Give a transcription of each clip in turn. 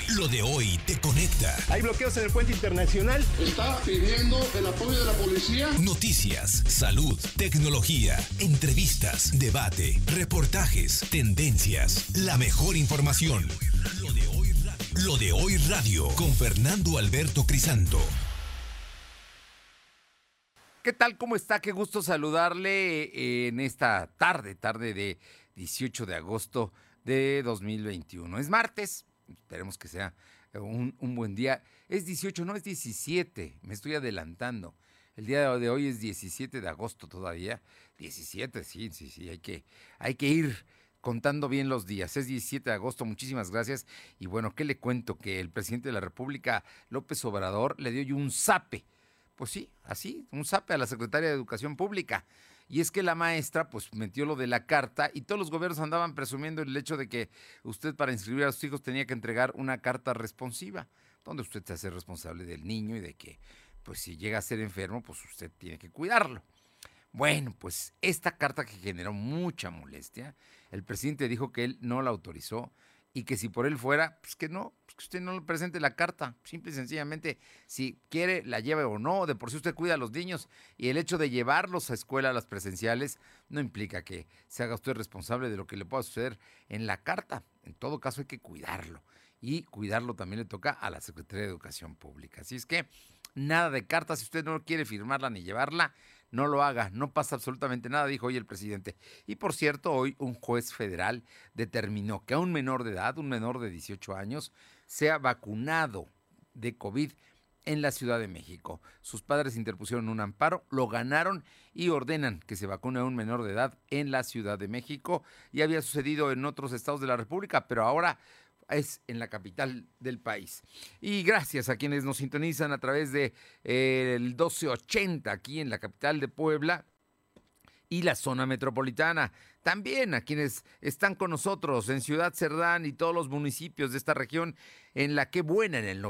Lo de hoy te conecta. Hay bloqueos en el puente internacional. Está pidiendo el apoyo de la policía. Noticias, salud, tecnología, entrevistas, debate, reportajes, tendencias, la mejor información. Lo de hoy radio con Fernando Alberto Crisanto. ¿Qué tal? ¿Cómo está? Qué gusto saludarle en esta tarde de 18 de agosto de 2021. Es martes, esperemos que sea un buen día. Es 18, no es 17, me estoy adelantando. El día de hoy es 17 de agosto todavía. 17, sí, hay que ir contando bien los días. Es 17 de agosto, muchísimas gracias. Y bueno, ¿qué le cuento? Que el presidente de la República, López Obrador, le dio un zape. Pues sí, así, un zape a la secretaria de Educación Pública. Y es que la maestra, pues, metió lo de la carta y todos los gobiernos andaban presumiendo el hecho de que usted para inscribir a sus hijos tenía que entregar una carta responsiva, donde usted se hace responsable del niño y de que, pues, si llega a ser enfermo, pues usted tiene que cuidarlo. Bueno, pues esta carta que generó mucha molestia, el presidente dijo que él no la autorizó y que si por él fuera, pues que no, pues que usted no le presente la carta. Simple y sencillamente, si quiere, la lleve o no, de por sí usted cuida a los niños y el hecho de llevarlos a escuela, a las presenciales, no implica que se haga usted responsable de lo que le pueda suceder en la carta. En todo caso hay que cuidarlo y cuidarlo también le toca a la Secretaría de Educación Pública. Así es que nada de cartas, si usted no quiere firmarla ni llevarla, no lo haga, no pasa absolutamente nada, dijo hoy el presidente. Y por cierto, hoy un juez federal determinó que a un menor de edad, un menor de 18 años, sea vacunado de COVID en la Ciudad de México. Sus padres interpusieron un amparo, lo ganaron y ordenan que se vacune a un menor de edad en la Ciudad de México. Ya había sucedido en otros estados de la República, pero ahora es en la capital del país. Y gracias a quienes nos sintonizan a través de el 1280 aquí en la capital de Puebla y la zona metropolitana. También a quienes están con nosotros en Ciudad Cerdán y todos los municipios de esta región en La Qué Buena en el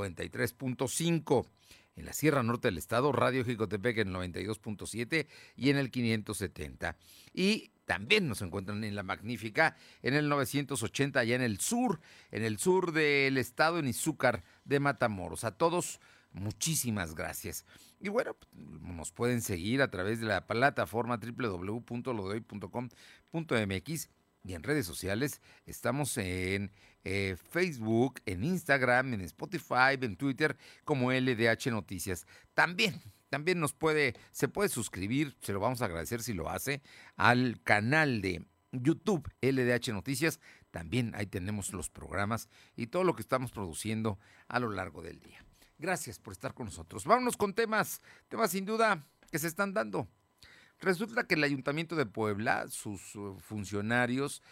93.5. En la Sierra Norte del Estado, Radio Jicotepec en el 92.7 y en el 570. Y también nos encuentran en La Magnífica, en el 980, allá en el sur del estado, en Izúcar de Matamoros. A todos, muchísimas gracias. Y bueno, nos pueden seguir a través de la plataforma www.lodehoy.com.mx y en redes sociales. Estamos en Facebook, en Instagram, en Spotify, en Twitter, como LDH Noticias. También se puede suscribir, se lo vamos a agradecer si lo hace, al canal de YouTube LDH Noticias. También ahí tenemos los programas y todo lo que estamos produciendo a lo largo del día. Gracias por estar con nosotros. Vámonos con temas sin duda que se están dando. Resulta que el Ayuntamiento de Puebla, sus funcionarios,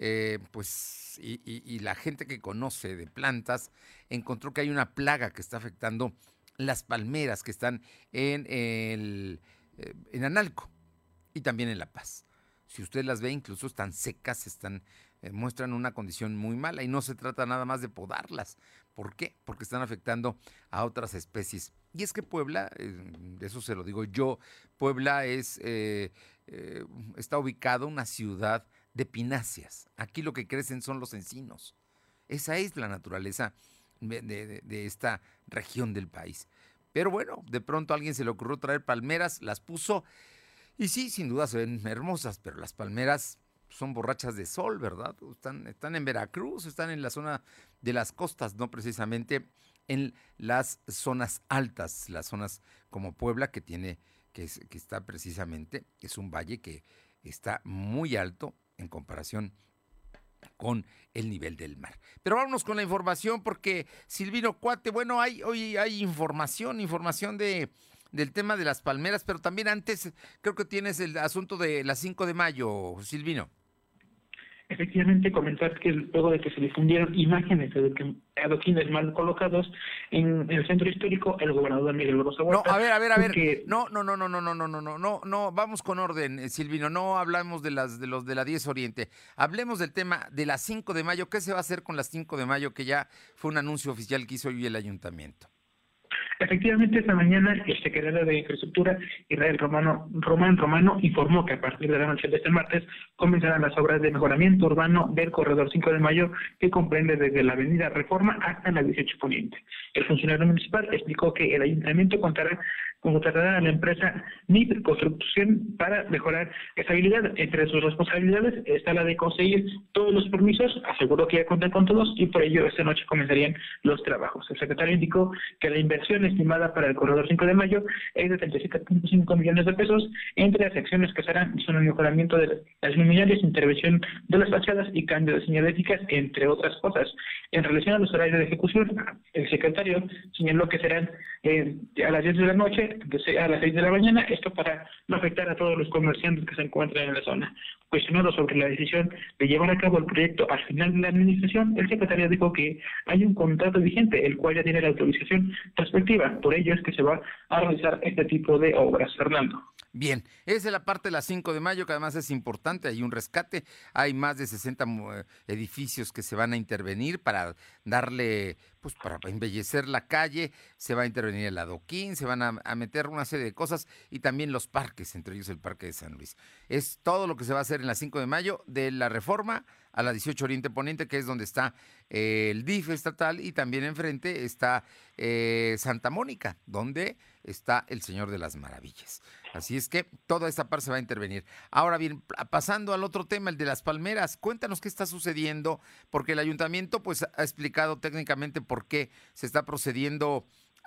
y la gente que conoce de plantas, encontró que hay una plaga que está afectando las palmeras que están en Analco y también en La Paz. Si usted las ve, incluso están secas, muestran una condición muy mala y no se trata nada más de podarlas. ¿Por qué? Porque están afectando a otras especies. Y es que Puebla, eso se lo digo yo, Puebla está ubicado una ciudad de pináceas. Aquí lo que crecen son los encinos. Esa es la naturaleza de esta región del país. Pero bueno, de pronto a alguien se le ocurrió traer palmeras, las puso y sí, sin duda se ven hermosas, pero las palmeras son borrachas de sol, ¿verdad? Están en Veracruz, están en la zona de las costas, no precisamente en las zonas altas, las zonas como Puebla que está precisamente, es un valle que está muy alto en comparación con el nivel del mar. Pero vámonos con la información porque Silvino Cuate, bueno, hoy hay información del tema de las palmeras, pero también antes creo que tienes el asunto de la 5 de mayo, Silvino. Efectivamente, comentar que luego de que se difundieron imágenes de adoquines mal colocados en el centro histórico, el gobernador Miguel Barbosa Huerta... No, a ver. Que... No, vamos con orden, Silvino. No hablamos de los de la 10 Oriente. Hablemos del tema de la 5 de mayo. ¿Qué se va a hacer con las 5 de mayo? Que ya fue un anuncio oficial que hizo hoy el ayuntamiento. Efectivamente, esta mañana el secretario de Infraestructura, Israel Román Romano, informó que a partir de la noche de este martes comenzarán las obras de mejoramiento urbano del corredor 5 de Mayo, que comprende desde la avenida Reforma hasta la 18 Poniente. El funcionario municipal explicó que el ayuntamiento contratará a la empresa NIP Construcción para mejorar esa habilidad. Entre sus responsabilidades está la de conseguir todos los permisos, aseguró que ya cuentan con todos y por ello esta noche comenzarían los trabajos. El secretario indicó que la inversión estimada para el corredor 5 de Mayo es de 37.5 millones de pesos. Entre las acciones que se harán son el mejoramiento de las luminarias, intervención de las fachadas y cambio de señaléticas, entre otras cosas. En relación a los horarios de ejecución, el secretario señaló que serán a las 10 de la noche, a las 6 de la mañana, esto para no afectar a todos los comerciantes que se encuentran en la zona. Cuestionado sobre la decisión de llevar a cabo el proyecto al final de la administración, el secretario dijo que hay un contrato vigente, el cual ya tiene la autorización respectiva. Por ello es que se va a realizar este tipo de obras. Fernando. Bien, esa es la parte de la 5 de mayo, que además es importante, hay un rescate, hay más de 60 edificios que se van a intervenir para darle, pues para embellecer la calle, se va a intervenir el adoquín, se van a meter una serie de cosas y también los parques, entre ellos el Parque de San Luis. Es todo lo que se va a hacer en la 5 de mayo, de la Reforma a la 18 Oriente Poniente, que es donde está el DIF estatal, y también enfrente está Santa Mónica, donde está el Señor de las Maravillas. Así es que toda esta parte se va a intervenir. Ahora bien, pasando al otro tema, el de las palmeras, cuéntanos qué está sucediendo, porque el ayuntamiento pues ha explicado técnicamente por qué se está procediendo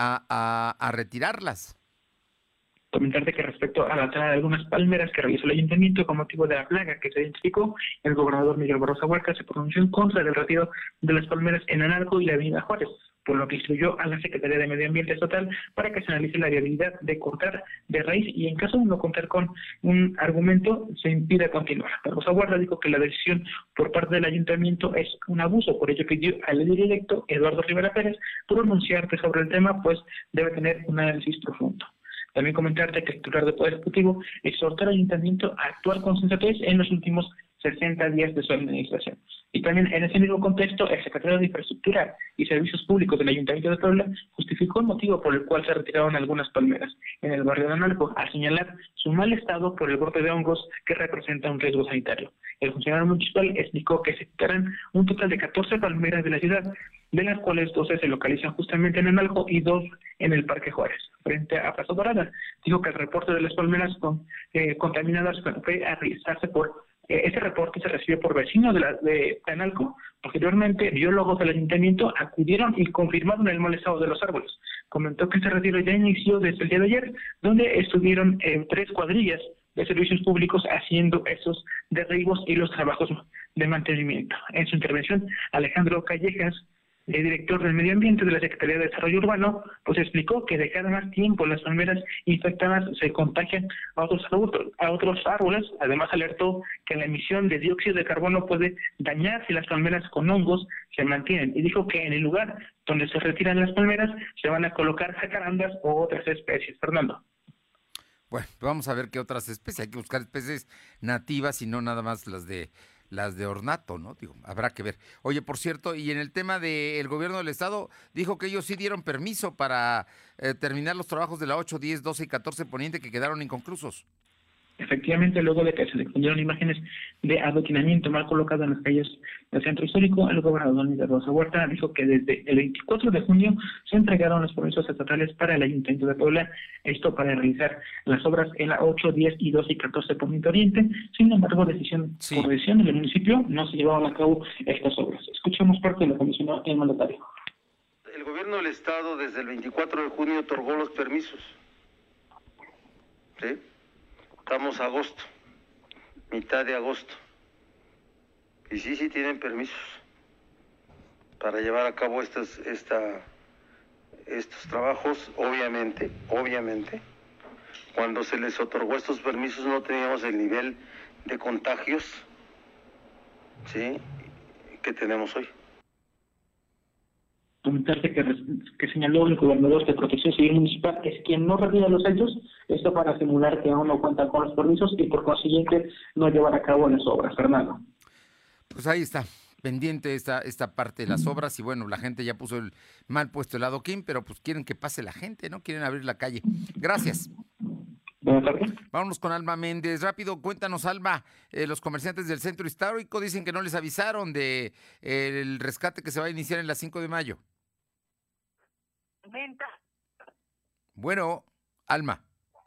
a retirarlas. Comentarte que respecto a la tala de algunas palmeras que realizó el ayuntamiento con motivo de la plaga que se identificó, el gobernador Miguel Barroso Huerta se pronunció en contra del retiro de las palmeras en Analco y la avenida Juárez, por lo que instruyó a la Secretaría de Medio Ambiente Estatal para que se analice la viabilidad de cortar de raíz y en caso de no contar con un argumento se impida continuar. Barroso Huerta dijo que la decisión por parte del ayuntamiento es un abuso, por ello pidió al edil electo Eduardo Rivera Pérez pronunciarse sobre el tema, pues debe tener un análisis profundo. También comentarte que el titular del Poder Ejecutivo exhortó al ayuntamiento a actuar con sensatez en los últimos 60 días de su administración. Y también en ese mismo contexto, el secretario de Infraestructura y Servicios Públicos del Ayuntamiento de Puebla justificó el motivo por el cual se retiraron algunas palmeras en el barrio de Analco, al señalar su mal estado por el brote de hongos que representa un riesgo sanitario. El funcionario municipal explicó que se quitarán un total de 14 palmeras de la ciudad, de las cuales 12 se localizan justamente en Analco y 2 en el Parque Juárez, frente a Plaza Dorada. Dijo que el reporte de las palmeras contaminadas fue a realizarse por... Este reporte se recibió por vecinos de Analco. Posteriormente, biólogos del ayuntamiento acudieron y confirmaron el mal estado de los árboles. Comentó que este retiro ya inició desde el día de ayer, donde estuvieron 3 cuadrillas de servicios públicos haciendo esos derribos y los trabajos de mantenimiento. En su intervención, Alejandro Callejas, el director del Medio Ambiente de la Secretaría de Desarrollo Urbano, pues explicó que de cada más tiempo las palmeras infectadas se contagian a otros árboles. Además alertó que la emisión de dióxido de carbono puede dañar si las palmeras con hongos se mantienen, y dijo que en el lugar donde se retiran las palmeras se van a colocar jacarandas o otras especies. Fernando. Bueno, vamos a ver qué otras especies, hay que buscar especies nativas y no nada más las de ornato, ¿no? Digo, habrá que ver. Oye, por cierto, y en el tema del gobierno del estado, dijo que ellos sí dieron permiso para terminar los trabajos de la 8, 10, 12 y 14 Poniente que quedaron inconclusos. Efectivamente, luego de que se difundieron imágenes de adoquinamiento mal colocado en las calles del centro histórico, el gobernador Miguel Barroso Huerta dijo que desde el 24 de junio se entregaron los permisos estatales para el Ayuntamiento de Puebla, esto para realizar las obras en la 8, 10 y 12 y 14 Poniente Oriente. Sin embargo, por decisión del municipio, no se llevaron a cabo estas obras. Escuchemos parte de lo que mencionó el mandatario. El gobierno del estado desde el 24 de junio otorgó los permisos. ¿Sí? Estamos a agosto, mitad de agosto, y sí tienen permisos para llevar a cabo estos trabajos. Obviamente, cuando se les otorgó estos permisos no teníamos el nivel de contagios, ¿sí?, que tenemos hoy. Comentarte que señaló el gobernador de Protección Civil Municipal es quien no retira los hechos, esto para simular que aún no cuentan con los permisos y por consiguiente no llevar a cabo las obras. Fernando. Pues ahí está. pendiente esta parte de las obras y bueno, la gente ya puso mal puesto el adoquín, pero pues quieren que pase la gente, ¿no? Quieren abrir la calle. Gracias. Buenas tardes. Vámonos con Alma Méndez. Rápido, cuéntanos, Alma, los comerciantes del centro histórico dicen que no les avisaron de el rescate que se va a iniciar en la 5 de mayo. Bueno, Alma.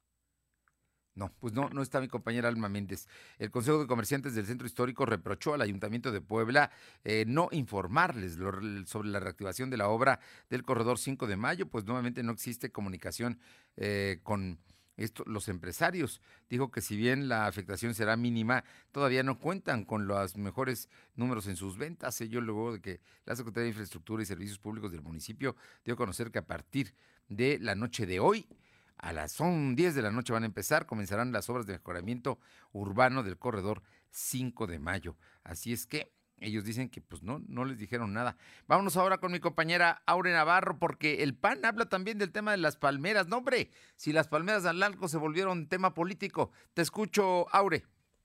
No, pues no está mi compañera Alma Méndez. El Consejo de Comerciantes del Centro Histórico reprochó al Ayuntamiento de Puebla no informarles sobre la reactivación de la obra del Corredor 5 de Mayo, pues nuevamente no existe comunicación con los empresarios. Dijo que si bien la afectación será mínima, todavía no cuentan con los mejores números en sus ventas. Ello luego de que la Secretaría de Infraestructura y Servicios Públicos del municipio dio a conocer que a partir de la noche de hoy, a las 10 de la noche comenzarán las obras de mejoramiento urbano del Corredor 5 de Mayo. Así es que ellos dicen que pues no les dijeron nada. Vámonos ahora con mi compañera Aure Navarro, porque el PAN habla también del tema de las palmeras. No, hombre, si las palmeras de Analco se volvieron tema político. Te escucho, Aure.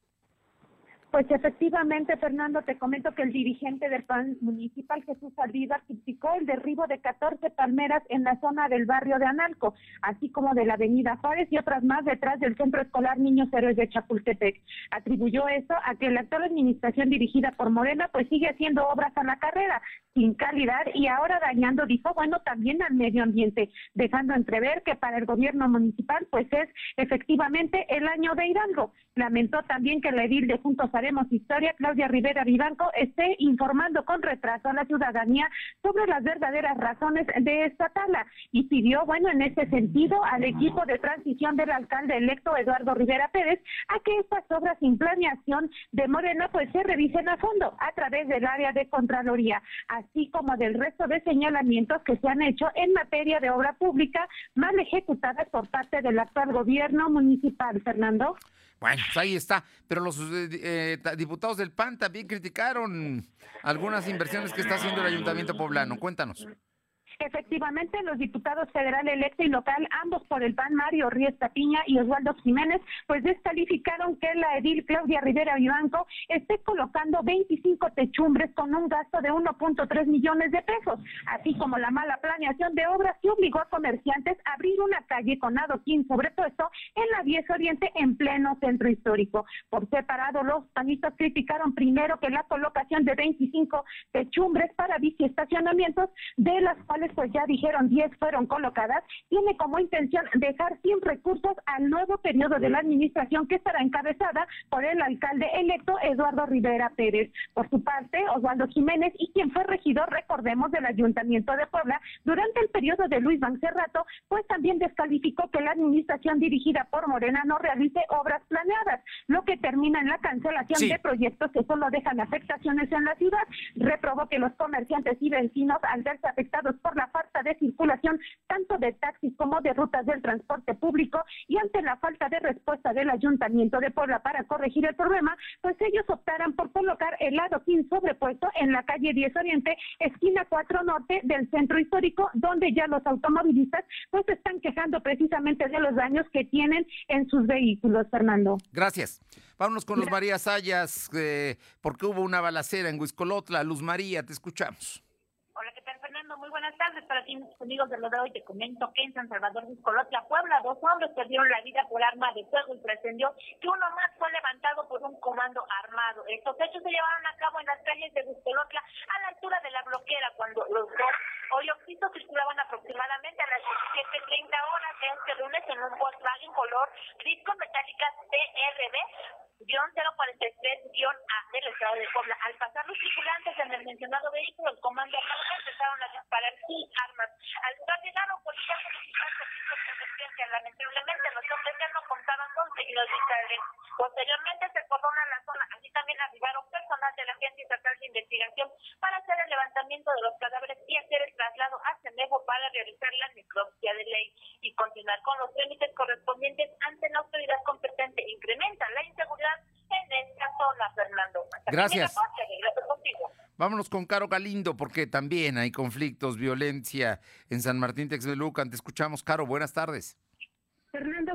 Pues efectivamente, Fernando, te comento que el dirigente del PAN municipal, Jesús Saldívar, criticó el derribo de 14 palmeras en la zona del barrio de Analco, así como de la avenida Juárez y otras más detrás del centro escolar Niños Héroes de Chapultepec. Atribuyó esto a que la actual administración dirigida por Morena pues sigue haciendo obras a la carrera, sin calidad y ahora dañando, dijo, también al medio ambiente, dejando entrever que para el gobierno municipal pues es efectivamente el año de Hidalgo. Lamentó también que la edil de Juntos Haremos Historia, Claudia Rivera Vivanco, esté informando con retraso a la ciudadanía sobre las verdaderas razones de esta tala y pidió, en ese sentido, al equipo de transición del alcalde electo Eduardo Rivera Pérez a que estas obras sin planeación de Morena pues se revisen a fondo a través del área de Contraloría, así como del resto de señalamientos que se han hecho en materia de obra pública mal ejecutadas por parte del actual gobierno municipal. Fernando. Bueno, pues ahí está, pero los diputados del PAN también criticaron algunas inversiones que está haciendo el Ayuntamiento poblano. Cuéntanos. Efectivamente, los diputados federal electo y local, ambos por el PAN, Mario Ríos Tapiña y Osvaldo Jiménez, pues descalificaron que la edil Claudia Rivera Vivanco esté colocando 25 techumbres con un gasto de 1.3 millones de pesos, así como la mala planeación de obras que obligó a comerciantes a abrir una calle con adoquín sobrepuesto en la 10 Oriente en pleno centro histórico. Por separado, los panistas criticaron primero que la colocación de 25 techumbres para biciestacionamientos, de las cuales pues ya dijeron 10 fueron colocadas, tiene como intención dejar sin recursos al nuevo periodo de la administración que estará encabezada por el alcalde electo Eduardo Rivera Pérez. Por su parte, Osvaldo Jiménez, y quien fue regidor, recordemos, del Ayuntamiento de Puebla durante el periodo de Luis Bancerrato, pues también descalificó que la administración dirigida por Morena no realice obras planeadas, lo que termina en la cancelación de proyectos que solo dejan afectaciones en la ciudad. Reprobó que los comerciantes y vecinos, al verse afectados por la falta de circulación tanto de taxis como de rutas del transporte público y ante la falta de respuesta del Ayuntamiento de Puebla para corregir el problema, pues ellos optaran por colocar el adoquín sobrepuesto en la calle 10 Oriente, esquina 4 Norte del centro histórico, donde ya los automovilistas pues están quejando precisamente de los daños que tienen en sus vehículos. Fernando. Gracias. Vámonos con Luz María Sayas, porque hubo una balacera en Huixcolotla. Luz María, te escuchamos. Hola, ¿qué tal, Fernando? Muy buenas tardes para ti, mis amigos de lo de hoy. Te comento que en San Salvador de Huixcolotla, Puebla, 2 hombres perdieron la vida por arma de fuego y trascendió que uno más fue levantado por un comando armado. Estos hechos se llevaron a cabo en las calles de Huixcolotla, a la altura de la Bloquera, cuando los dos hoyocitos circulaban aproximadamente a las 17:30 horas de este lunes en un Volkswagen color gris con metálicas TRB-043-A del estado de Puebla. Al pasar los tripulantes en el mencionado vehículo, el comando armado empezaron a disparar sus armas. Al lugar llegaron policías municipales, servicios de emergencia. Lamentablemente, los hombres ya no contaban con signos vitales. Posteriormente se cordona la zona. Así también arribaron personal de la Agencia Estatal de Investigación para hacer el levantamiento de los cadáveres y hacer el traslado a Cenejo para realizar la necropsia de ley y continuar con los trámites correspondientes ante la autoridad competente. Incrementa la inseguridad en esta zona, Fernando. Gracias. Vámonos con Caro Galindo, porque también hay conflictos, violencia en San Martín Texmelucan. Te escuchamos, Caro. Buenas tardes. Fernando,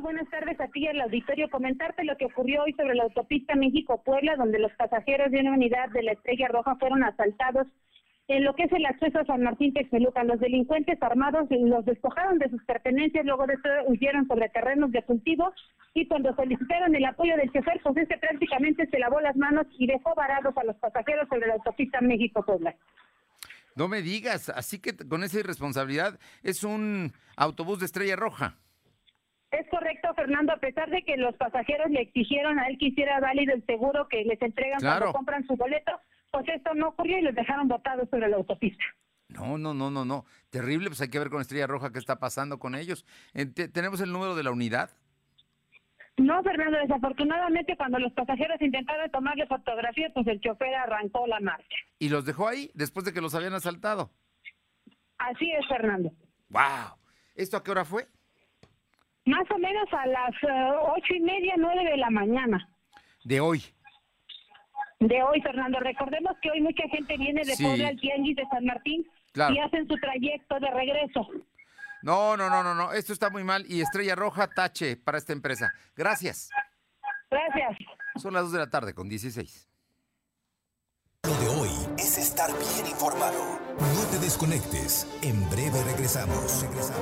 buenas tardes a ti y al auditorio. Comentarte lo que ocurrió hoy sobre la autopista México-Puebla, donde los pasajeros de una unidad de la Estrella Roja fueron asaltados en lo que es el acceso a San Martín Texmelucan. Los delincuentes armados los despojaron de sus pertenencias, luego de eso huyeron sobre terrenos de cultivo, y cuando solicitaron el apoyo del chofer, pues este prácticamente se lavó las manos y dejó varados a los pasajeros sobre la autopista México-Puebla. No me digas, así que con esa irresponsabilidad es un autobús de Estrella Roja. Es correcto, Fernando, a pesar de que los pasajeros le exigieron a él que hiciera válido el seguro que les entregan cuando compran su boleto, pues esto no ocurrió y los dejaron botados sobre la autopista. No. Terrible, pues hay que ver con Estrella Roja qué está pasando con ellos. ¿Tenemos el número de la unidad? No, Fernando, desafortunadamente cuando los pasajeros intentaron tomarle fotografía, pues el chofer arrancó la marcha. ¿Y los dejó ahí después de que los habían asaltado? Así es, Fernando. ¡Wow! ¿Esto a qué hora fue? Más o menos a las 8:30, 9 de la mañana. De hoy. De hoy, Fernando. Recordemos que hoy mucha gente viene de Puebla al Tianguis de San Martín y hacen su trayecto de regreso. No. Esto está muy mal y Estrella Roja, tache para esta empresa. Gracias. Gracias. Son las 2:16 p.m. Lo de hoy es estar bien informado. No te desconectes. En breve regresamos.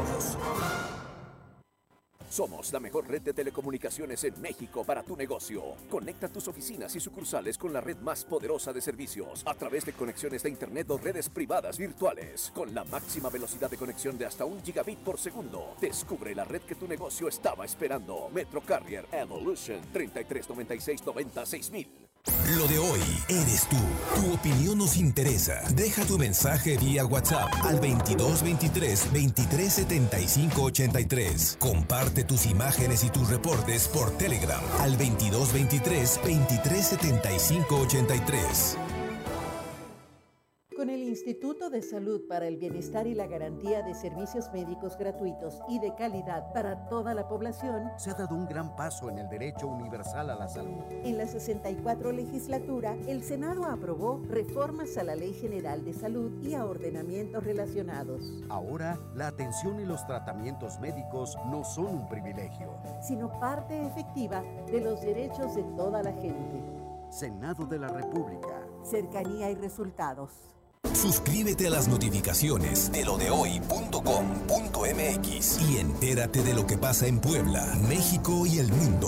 Somos la mejor red de telecomunicaciones en México para tu negocio. Conecta tus oficinas y sucursales con la red más poderosa de servicios a través de conexiones de internet o redes privadas virtuales con la máxima velocidad de conexión de hasta 1 gigabit por segundo. Descubre la red que tu negocio estaba esperando. Metro Carrier Evolution 3396906000. Lo de hoy eres tú. Tu opinión nos interesa. Deja tu mensaje vía WhatsApp al 2223-237583. Comparte tus imágenes y tus reportes por Telegram al 2223-237583. Con el Instituto de Salud para el Bienestar y la Garantía de Servicios Médicos Gratuitos y de Calidad para toda la población, se ha dado un gran paso en el derecho universal a la salud. En la 64 legislatura, el Senado aprobó reformas a la Ley General de Salud y a ordenamientos relacionados. Ahora, la atención y los tratamientos médicos no son un privilegio, sino parte efectiva de los derechos de toda la gente. Senado de la República. Cercanía y resultados. Suscríbete a las notificaciones de lodehoy.com.mx y entérate de lo que pasa en Puebla, México y el mundo.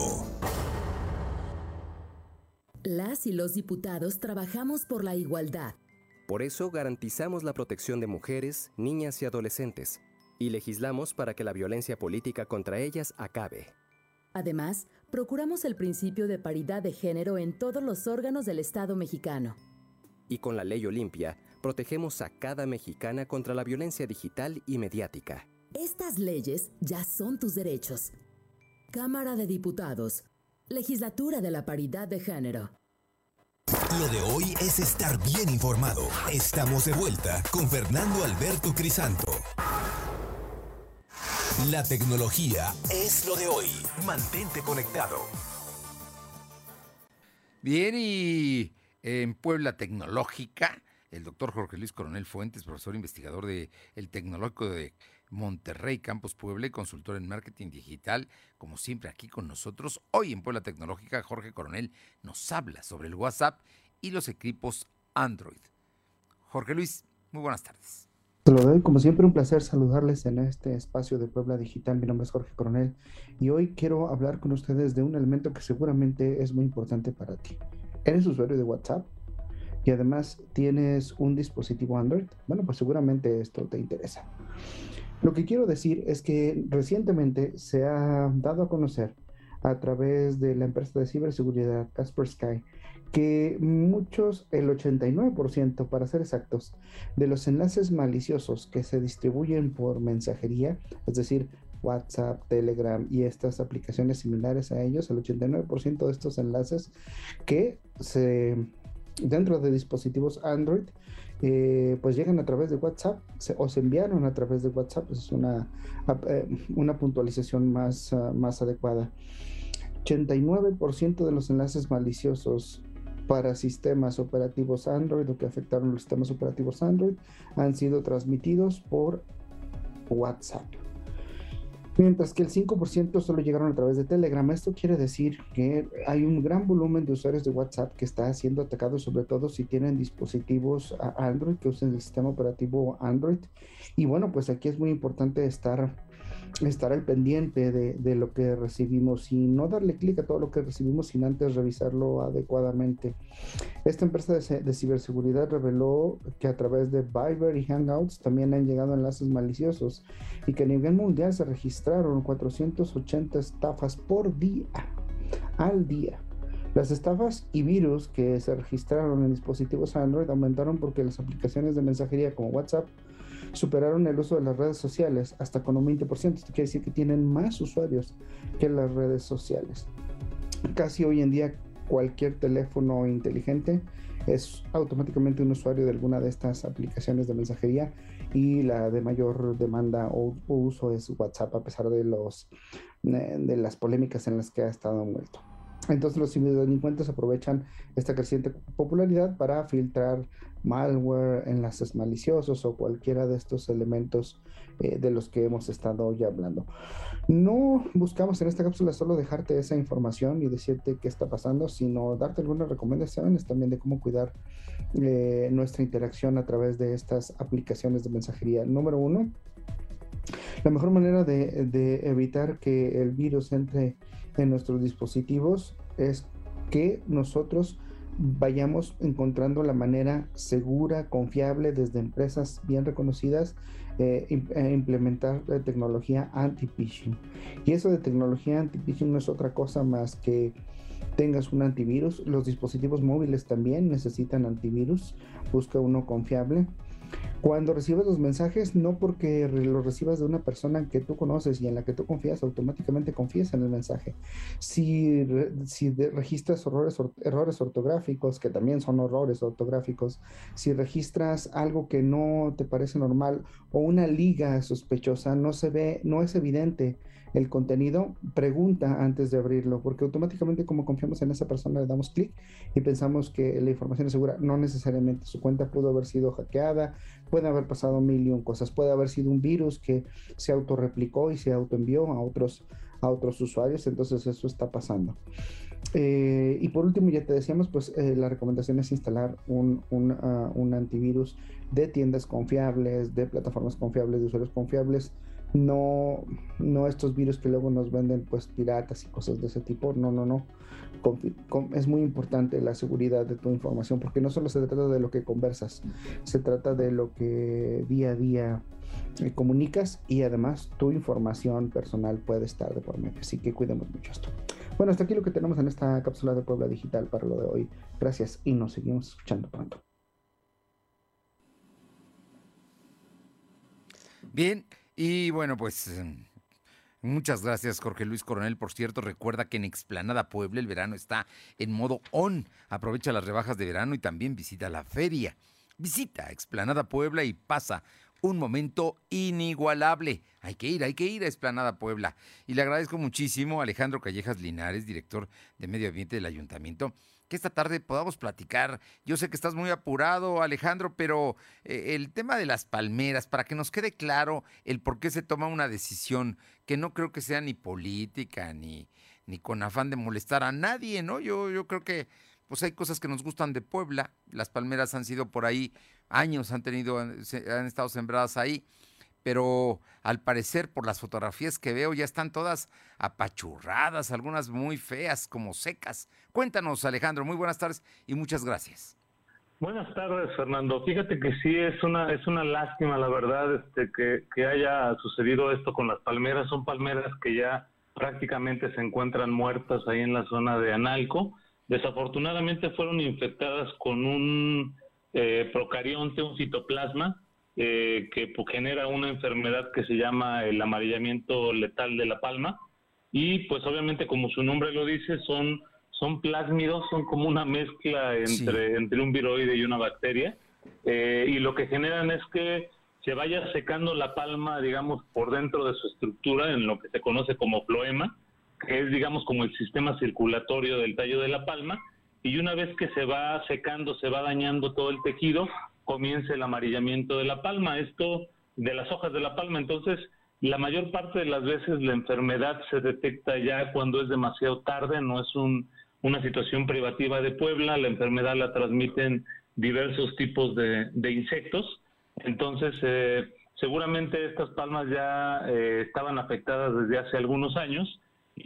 Las y los diputados trabajamos por la igualdad. Por eso garantizamos la protección de mujeres, niñas y adolescentes y legislamos para que la violencia política contra ellas acabe. Además, procuramos el principio de paridad de género en todos los órganos del Estado mexicano. Y con la Ley Olimpia, protegemos a cada mexicana contra la violencia digital y mediática. Estas leyes ya son tus derechos. Cámara de Diputados. Legislatura de la Paridad de Género. Lo de hoy es estar bien informado. Estamos de vuelta con Fernando Alberto Crisanto. La tecnología es lo de hoy. Mantente conectado. Bien, y en Puebla Tecnológica, el doctor Jorge Luis Coronel Fuentes, profesor investigador del Tecnológico de Monterrey, Campus Puebla y consultor en marketing digital, como siempre aquí con nosotros. Hoy en Puebla Tecnológica, Jorge Coronel nos habla sobre el WhatsApp y los equipos Android. Jorge Luis, muy buenas tardes. Te lo doy, como siempre, un placer saludarles en este espacio de Puebla Digital. Mi nombre es Jorge Coronel y hoy quiero hablar con ustedes de un elemento que seguramente es muy importante para ti. ¿Eres usuario de WhatsApp? Y además tienes un dispositivo Android, bueno, pues seguramente esto te interesa. Lo que quiero decir es que recientemente se ha dado a conocer a través de la empresa de ciberseguridad Kaspersky que el 89% para ser exactos, de los enlaces maliciosos que se distribuyen por mensajería, es decir, WhatsApp, Telegram y estas aplicaciones similares a ellos, el 89% de estos enlaces que dentro de dispositivos Android pues llegan a través de WhatsApp o se enviaron a través de WhatsApp. Es una puntualización más adecuada. 89% de los enlaces maliciosos para sistemas operativos Android o que afectaron los sistemas operativos Android han sido transmitidos por WhatsApp. mientras que el 5% solo llegaron a través de Telegram. Esto quiere decir que hay un gran volumen de usuarios de WhatsApp que está siendo atacado, sobre todo si tienen dispositivos Android, que usen el sistema operativo Android. Y bueno, pues aquí es muy importante estar al pendiente de lo que recibimos y no darle clic a todo lo que recibimos sin antes revisarlo adecuadamente. Esta empresa de ciberseguridad reveló que a través de Viber y Hangouts también han llegado enlaces maliciosos y que a nivel mundial se registraron 480 estafas por día, al día. Las estafas y virus que se registraron en dispositivos Android aumentaron porque las aplicaciones de mensajería como WhatsApp superaron el uso de las redes sociales hasta con un 20%. Esto quiere decir que tienen más usuarios que las redes sociales. Casi hoy en día cualquier teléfono inteligente es automáticamente un usuario de alguna de estas aplicaciones de mensajería, y la de mayor demanda o uso es WhatsApp, a pesar de las polémicas en las que ha estado envuelto. Entonces los ciberdelincuentes aprovechan esta creciente popularidad para filtrar malware, enlaces maliciosos o cualquiera de estos elementos de los que hemos estado ya hablando. No buscamos en esta cápsula solo dejarte esa información y decirte qué está pasando, sino darte algunas recomendaciones también de cómo cuidar nuestra interacción a través de estas aplicaciones de mensajería. Número 1, la mejor manera de evitar que el virus entre en nuestros dispositivos es que nosotros vayamos encontrando la manera segura, confiable, desde empresas bien reconocidas, implementar la tecnología anti-phishing. Y eso de tecnología anti-phishing no es otra cosa más que tengas un antivirus. Los dispositivos móviles también necesitan antivirus. Busca uno confiable. Cuando recibes los mensajes, no porque los recibas de una persona que tú conoces y en la que tú confías, automáticamente confías en el mensaje. Si registras errores ortográficos, que también son errores ortográficos, si registras algo que no te parece normal o una liga sospechosa, no es evidente el contenido, pregunta antes de abrirlo, porque automáticamente, como confiamos en esa persona, le damos clic y pensamos que la información es segura. No necesariamente. Su cuenta pudo haber sido hackeada, puede haber pasado mil y un cosas, puede haber sido un virus que se autorreplicó y se autoenvió a otros usuarios. Entonces eso está pasando. Y por último, ya te decíamos, pues la recomendación es instalar un antivirus de tiendas confiables, de plataformas confiables, de usuarios confiables. No estos virus que luego nos venden pues piratas y cosas de ese tipo. No. Es muy importante la seguridad de tu información, porque no solo se trata de lo que conversas, se trata de lo que día a día comunicas, y además tu información personal puede estar de por medio. Así que cuidemos mucho esto. Bueno, hasta aquí lo que tenemos en esta cápsula de Puebla Digital para lo de hoy. Gracias y nos seguimos escuchando pronto. Bien. Y bueno, pues muchas gracias, Jorge Luis Coronel. Por cierto, recuerda que en Explanada Puebla el verano está en modo on. Aprovecha las rebajas de verano y también visita la feria. Visita Explanada Puebla y pasa un momento inigualable. Hay que ir a Explanada Puebla. Y le agradezco muchísimo a Alejandro Callejas Linares, director de Medio Ambiente del Ayuntamiento, que esta tarde podamos platicar. Yo sé que estás muy apurado, Alejandro, pero el tema de las palmeras, para que nos quede claro el por qué se toma una decisión que no creo que sea ni política, ni con afán de molestar a nadie, ¿no? Yo creo que pues hay cosas que nos gustan de Puebla. Las palmeras han sido por ahí años, han estado sembradas ahí, pero al parecer, por las fotografías que veo, ya están todas apachurradas, algunas muy feas, como secas. Cuéntanos, Alejandro, muy buenas tardes y muchas gracias. Buenas tardes, Fernando. Fíjate que sí, es una lástima, la verdad, que haya sucedido esto con las palmeras. Son palmeras que ya prácticamente se encuentran muertas ahí en la zona de Analco. Desafortunadamente fueron infectadas con un procarionte, un citoplasma, que genera una enfermedad que se llama el amarillamiento letal de la palma, y pues obviamente, como su nombre lo dice, son plásmidos, son como una mezcla entre un viroide y una bacteria, y lo que generan es que se vaya secando la palma, digamos, por dentro de su estructura, en lo que se conoce como floema, que es, digamos, como el sistema circulatorio del tallo de la palma, y una vez que se va secando, se va dañando todo el tejido, comienza el amarillamiento de la palma, esto de las hojas de la palma. Entonces, La mayor parte de las veces la enfermedad se detecta ya cuando es demasiado tarde, no es una situación privativa de Puebla, la enfermedad la transmiten diversos tipos de insectos, entonces seguramente estas palmas ya estaban afectadas desde hace algunos años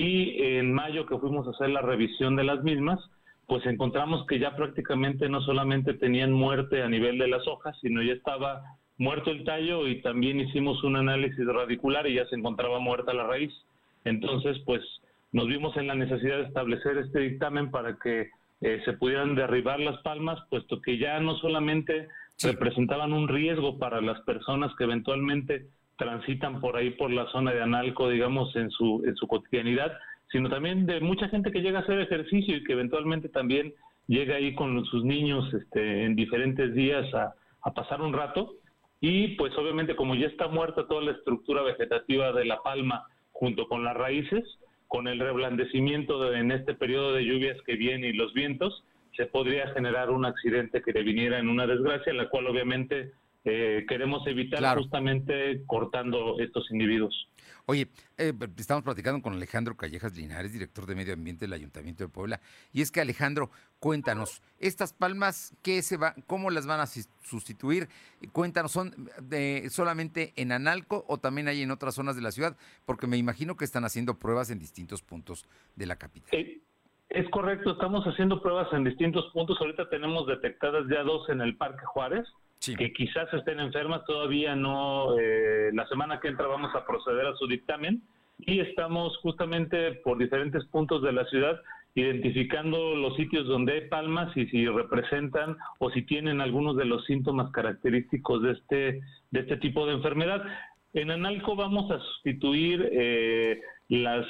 y en mayo que fuimos a hacer la revisión de las mismas, pues encontramos que ya prácticamente no solamente tenían muerte a nivel de las hojas, sino ya estaba muerto el tallo y también hicimos un análisis radicular y ya se encontraba muerta la raíz. Entonces, pues nos vimos en la necesidad de establecer este dictamen para que se pudieran derribar las palmas, puesto que ya no solamente representaban un riesgo para las personas que eventualmente transitan por ahí por la zona de Analco, digamos, en su cotidianidad, sino también de mucha gente que llega a hacer ejercicio y que eventualmente también llega ahí con sus niños en diferentes días a pasar un rato. Y pues obviamente como ya está muerta toda la estructura vegetativa de la palma junto con las raíces, con el reblandecimiento en este periodo de lluvias que viene y los vientos, se podría generar un accidente que deviniera en una desgracia, la cual obviamente queremos evitar justamente cortando estos individuos. Oye, estamos platicando con Alejandro Callejas Linares, director de Medio Ambiente del Ayuntamiento de Puebla, y es que Alejandro, cuéntanos, estas palmas, ¿cómo las van a sustituir? Cuéntanos, ¿son solamente en Analco o también hay en otras zonas de la ciudad? Porque me imagino que están haciendo pruebas en distintos puntos de la capital. Es correcto, estamos haciendo pruebas en distintos puntos. Ahorita tenemos detectadas ya 2 en el Parque Juárez, que quizás estén enfermas, todavía no. La semana que entra vamos a proceder a su dictamen y estamos justamente por diferentes puntos de la ciudad identificando los sitios donde hay palmas y si representan o si tienen algunos de los síntomas característicos de este tipo de enfermedad. En Analco vamos a sustituir las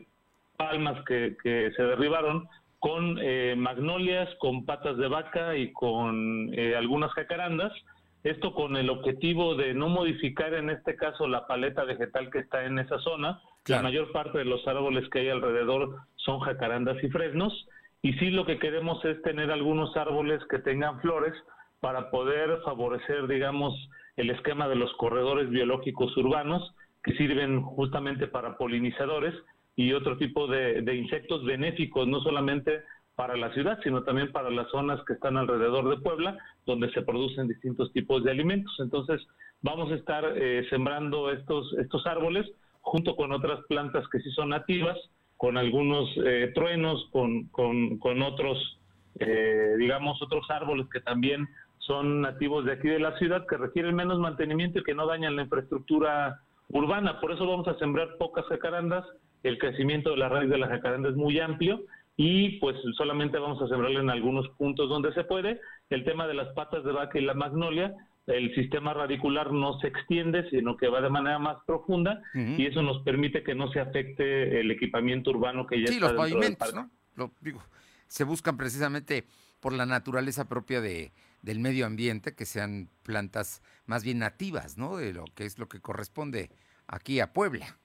palmas que se derribaron con magnolias, con patas de vaca y con algunas jacarandas. Esto con el objetivo de no modificar en este caso la paleta vegetal que está en esa zona. La mayor parte de los árboles que hay alrededor son jacarandas y fresnos. Y sí, lo que queremos es tener algunos árboles que tengan flores para poder favorecer, digamos, el esquema de los corredores biológicos urbanos que sirven justamente para polinizadores y otro tipo de insectos benéficos, no solamente para la ciudad, sino también para las zonas que están alrededor de Puebla, donde se producen distintos tipos de alimentos. Entonces, vamos a estar sembrando estos árboles junto con otras plantas que sí son nativas, con algunos truenos, con otros, digamos, otros árboles que también son nativos de aquí de la ciudad, que requieren menos mantenimiento y que no dañan la infraestructura urbana. Por eso vamos a sembrar pocas jacarandas. El crecimiento de la raíz de la jacaranda es muy amplio y pues solamente vamos a sembrarla en algunos puntos donde se puede. El tema de las patas de vaca y la magnolia, el sistema radicular no se extiende, sino que va de manera más profunda y eso nos permite que no se afecte el equipamiento urbano que ya está los dentro pavimentos, del ¿no? Se buscan precisamente por la naturaleza propia del medio ambiente, que sean plantas más bien nativas, ¿no? De lo que es lo que corresponde aquí a Puebla.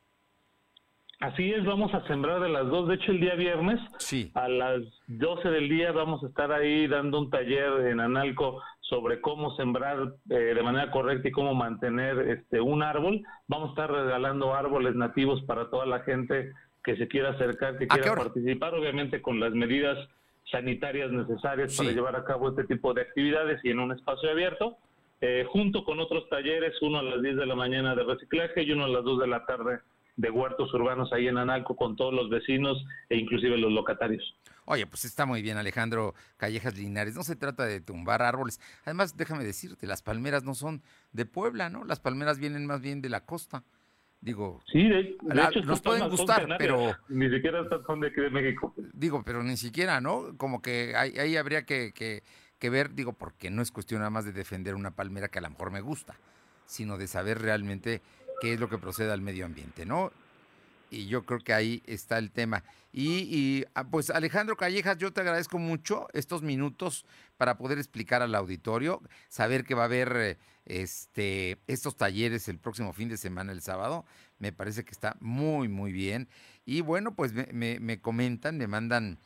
Así es, vamos a sembrar de las 2. De hecho, el día viernes, a las 12 del día, vamos a estar ahí dando un taller en Analco sobre cómo sembrar de manera correcta y cómo mantener un árbol. Vamos a estar regalando árboles nativos para toda la gente que se quiera acercar, que quiera participar, obviamente con las medidas sanitarias necesarias para llevar a cabo este tipo de actividades y en un espacio abierto, junto con otros talleres, uno a las 10 de la mañana de reciclaje y uno a las 2 de la tarde de huertos urbanos ahí en Analco con todos los vecinos e inclusive los locatarios. Oye, pues está muy bien, Alejandro Callejas Linares. No se trata de tumbar árboles. Además, déjame decirte, las palmeras no son de Puebla, ¿no? Las palmeras vienen más bien de la costa. Digo, sí, de hecho, nos pueden gustar, pero ni siquiera son de aquí de México. Digo, pero ni siquiera, ¿no? Como que ahí habría que ver, digo, porque no es cuestión nada más de defender una palmera que a lo mejor me gusta, sino de saber realmente qué es lo que procede al medio ambiente, ¿no? Y yo creo que ahí está el tema. Y pues Alejandro Callejas, yo te agradezco mucho estos minutos para poder explicar al auditorio, saber que va a haber estos talleres el próximo fin de semana, el sábado. Me parece que está muy, muy bien. Y bueno, pues me comentan, me mandan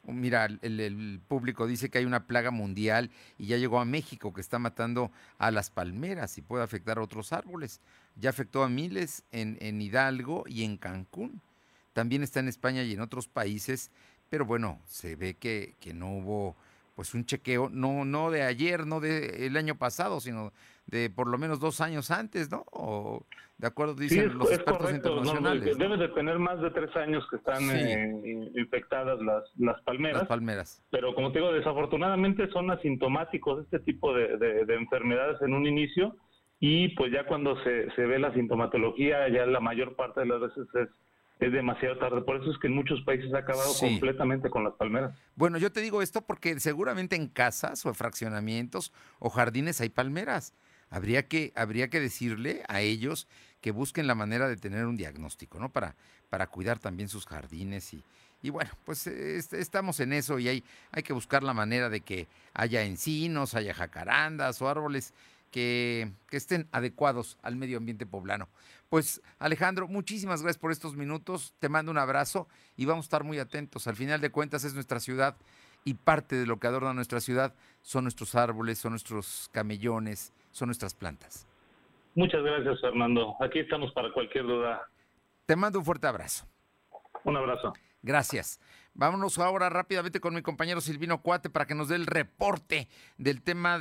Mira, el público dice que hay una plaga mundial y ya llegó a México que está matando a las palmeras y puede afectar a otros árboles. Ya afectó a miles en Hidalgo y en Cancún. También está en España y en otros países, pero bueno, se ve que no hubo pues un chequeo, no de ayer, no del año pasado, sino de por lo menos 2 años antes, ¿no? O, de acuerdo, dicen los expertos correcto, internacionales. Debe de tener más de 3 años que están infectadas las palmeras. Las palmeras. Pero como te digo, desafortunadamente son asintomáticos este tipo de enfermedades en un inicio, y pues ya cuando se ve la sintomatología, ya la mayor parte de las veces es demasiado tarde. Por eso es que en muchos países ha acabado completamente con las palmeras. Bueno, yo te digo esto porque seguramente en casas o fraccionamientos o jardines hay palmeras. Habría que decirle a ellos que busquen la manera de tener un diagnóstico, ¿no? Para cuidar también sus jardines y bueno, pues estamos en eso y hay que buscar la manera de que haya encinos, haya jacarandas o árboles que estén adecuados al medio ambiente poblano. Pues Alejandro, muchísimas gracias por estos minutos, te mando un abrazo y vamos a estar muy atentos. Al final de cuentas es nuestra ciudad y parte de lo que adorna nuestra ciudad son nuestros árboles, son nuestros camellones, son nuestras plantas. Muchas gracias, Fernando. Aquí estamos para cualquier duda. Te mando un fuerte abrazo. Un abrazo. Gracias. Vámonos ahora rápidamente con mi compañero Silvino Cuate para que nos dé el reporte del tema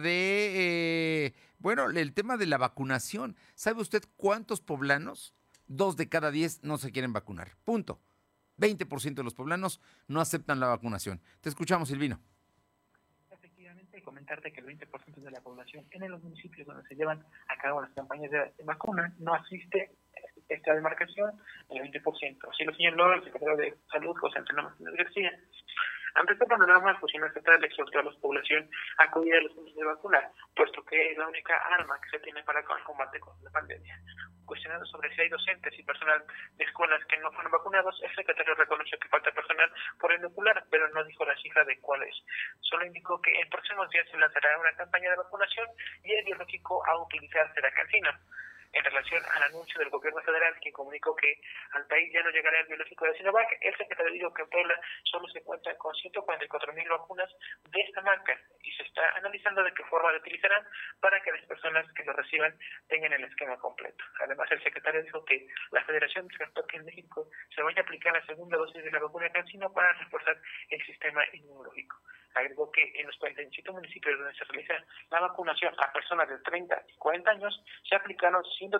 el tema de la vacunación. ¿Sabe usted cuántos poblanos? 2 de cada 10 no se quieren vacunar. Punto. 20% de los poblanos no aceptan la vacunación. Te escuchamos, Silvino. Efectivamente, comentarte que el 20% de la población en los municipios donde se llevan a cabo las campañas de vacuna no asiste a esta demarcación el 20%. Así lo señaló el secretario de Salud, José Antonio Martínez García. Ante este panorama, el funcionario estatal exhortó a la población a acudir a los puntos de vacunar, puesto que es la única arma que se tiene para el combate con la pandemia. Cuestionado sobre si hay docentes y personal de escuelas que no fueron vacunados, el secretario reconoció que falta personal por inocular, pero no dijo la cifra de cuál es. Solo indicó que en próximos días se lanzará una campaña de vacunación y el biológico a utilizar será Cancino. En relación al anuncio del gobierno federal, que comunicó que al país ya no llegará el biológico de Sinovac, el secretario dijo que en Puebla solo se cuenta con 144,000 vacunas de esta marca y se está analizando de qué forma lo utilizarán para que las personas que lo reciban tengan el esquema completo. Además, el secretario dijo que la Federación descartó que en México se vaya a aplicar la segunda dosis de la vacuna Cancino para reforzar el sistema inmunológico. Agregó que en los 47 municipios donde se realiza la vacunación a personas de 30 y 40 años se aplicaron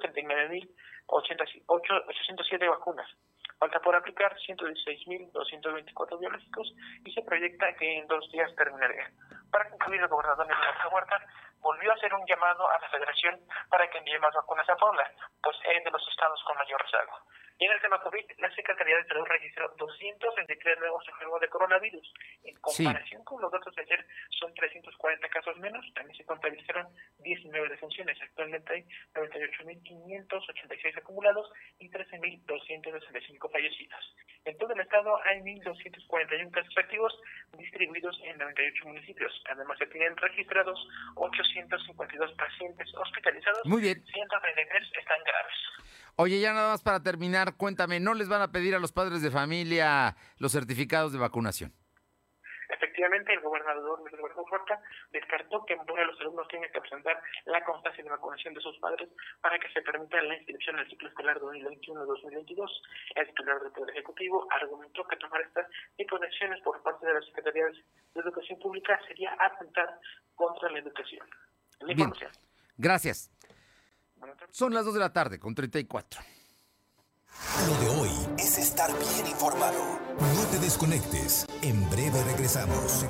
139,807 vacunas. Falta por aplicar 116,224 biológicos y se proyecta que en 2 días terminaría. Para concluir, el gobernador de Garza Huerta volvió a hacer un llamado a la Federación para que envíe más vacunas a Puebla, pues es de los estados con mayor rezago. Y en el tema COVID, la Secretaría de Salud registró 223 nuevos enfermos de coronavirus. En comparación con los datos de ayer, son 340 casos menos. También se contabilizaron 19 defunciones. Actualmente hay 98,586 acumulados y 13,265 fallecidos. En todo el estado hay 1,241 casos activos distribuidos en 98 municipios. Además, se tienen registrados 852 pacientes hospitalizados. Muy bien. 133 están graves. Oye, ya nada más para terminar, cuéntame, ¿no les van a pedir a los padres de familia los certificados de vacunación? Efectivamente, el gobernador Miguel Barroso Huerta descartó que en Puebla los alumnos tengan que presentar la constancia de vacunación de sus padres para que se permita la inscripción al ciclo escolar 2021-2022. El titular del Poder Ejecutivo argumentó que tomar estas tipo de acciones por parte de las Secretarías de Educación Pública sería atentar contra la educación. Bien, gracias. Son las 2:34 p.m. Lo de hoy es estar bien informado. No te desconectes. En breve regresamos.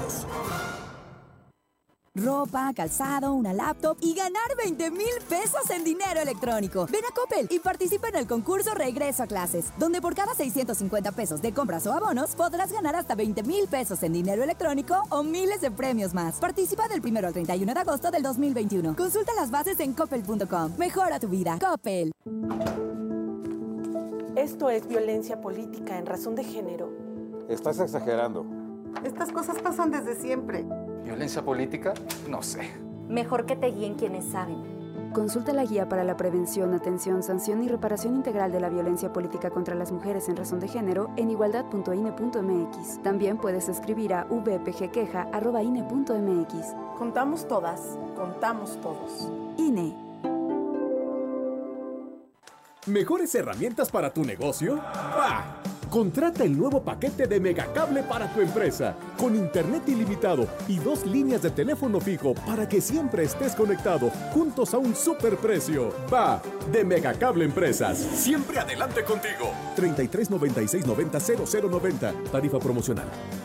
Ropa, calzado, una laptop y ganar 20,000 pesos en dinero electrónico. Ven a Coppel y participa en el concurso Regreso a Clases, donde por cada 650 pesos de compras o abonos podrás ganar hasta 20,000 pesos en dinero electrónico o miles de premios más. Participa del 1 al 31 de agosto del 2021. Consulta las bases en coppel.com. Mejora tu vida. Coppel. Esto es violencia política en razón de género. Estás exagerando. Estas cosas pasan desde siempre. ¿Violencia política? No sé. Mejor que te guíen quienes saben. Consulta la guía para la prevención, atención, sanción y reparación integral de la violencia política contra las mujeres en razón de género en igualdad.ine.mx. También puedes escribir a vpgqueja@ine.mx. Contamos todas, contamos todos. INE. ¿Mejores herramientas para tu negocio? ¡Bah! Contrata el nuevo paquete de Megacable para tu empresa, con internet ilimitado y 2 líneas de teléfono fijo para que siempre estés conectado, juntos a un superprecio. ¡Va! De Megacable Empresas. Siempre adelante contigo. 33 96 90 0090. Tarifa promocional.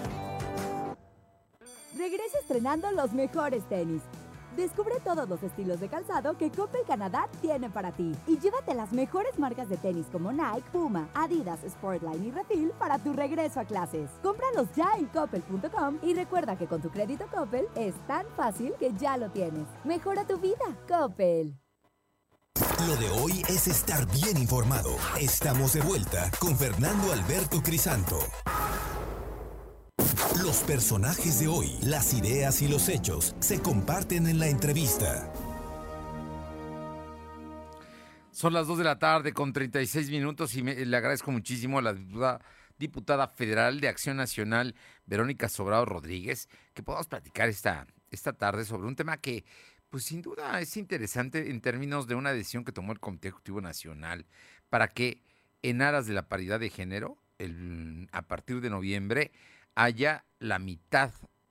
Regresa estrenando los mejores tenis. Descubre todos los estilos de calzado que Coppel Canadá tiene para ti. Y llévate las mejores marcas de tenis como Nike, Puma, Adidas, Sportline y Refill para tu regreso a clases. Cómpralos ya en coppel.com y recuerda que con tu crédito Coppel es tan fácil que ya lo tienes. Mejora tu vida, Coppel. Lo de hoy es estar bien informado. Estamos de vuelta con Fernando Alberto Crisanto. Los personajes de hoy, las ideas y los hechos se comparten en la entrevista. Son las 2 de la tarde con 36 minutos y le agradezco muchísimo a la diputada federal de Acción Nacional, Verónica Sobrado Rodríguez, que podamos platicar esta tarde sobre un tema que, pues sin duda, es interesante en términos de una decisión que tomó el Comité Ejecutivo Nacional para que, en aras de la paridad de género, a partir de noviembre, haya la mitad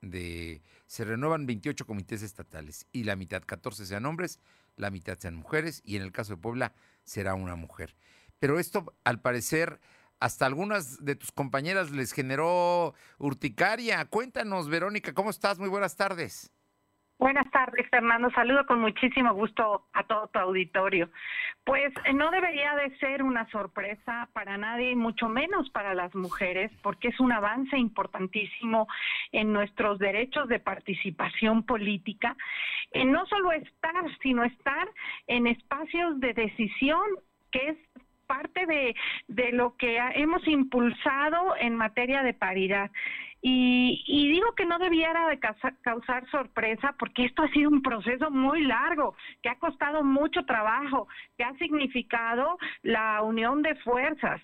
se renuevan 28 comités estatales y la mitad, 14 sean hombres, la mitad sean mujeres y en el caso de Puebla será una mujer. Pero esto, al parecer, hasta algunas de tus compañeras les generó urticaria. Cuéntanos, Verónica, ¿cómo estás? Muy buenas tardes. Buenas tardes, Fernando. Saludo con muchísimo gusto a todo tu auditorio. Pues no debería de ser una sorpresa para nadie, mucho menos para las mujeres, porque es un avance importantísimo en nuestros derechos de participación política. No solo estar, sino estar en espacios de decisión, que es parte de lo que hemos impulsado en materia de paridad. Y digo que no debiera de causar sorpresa porque esto ha sido un proceso muy largo, que ha costado mucho trabajo, que ha significado la unión de fuerzas.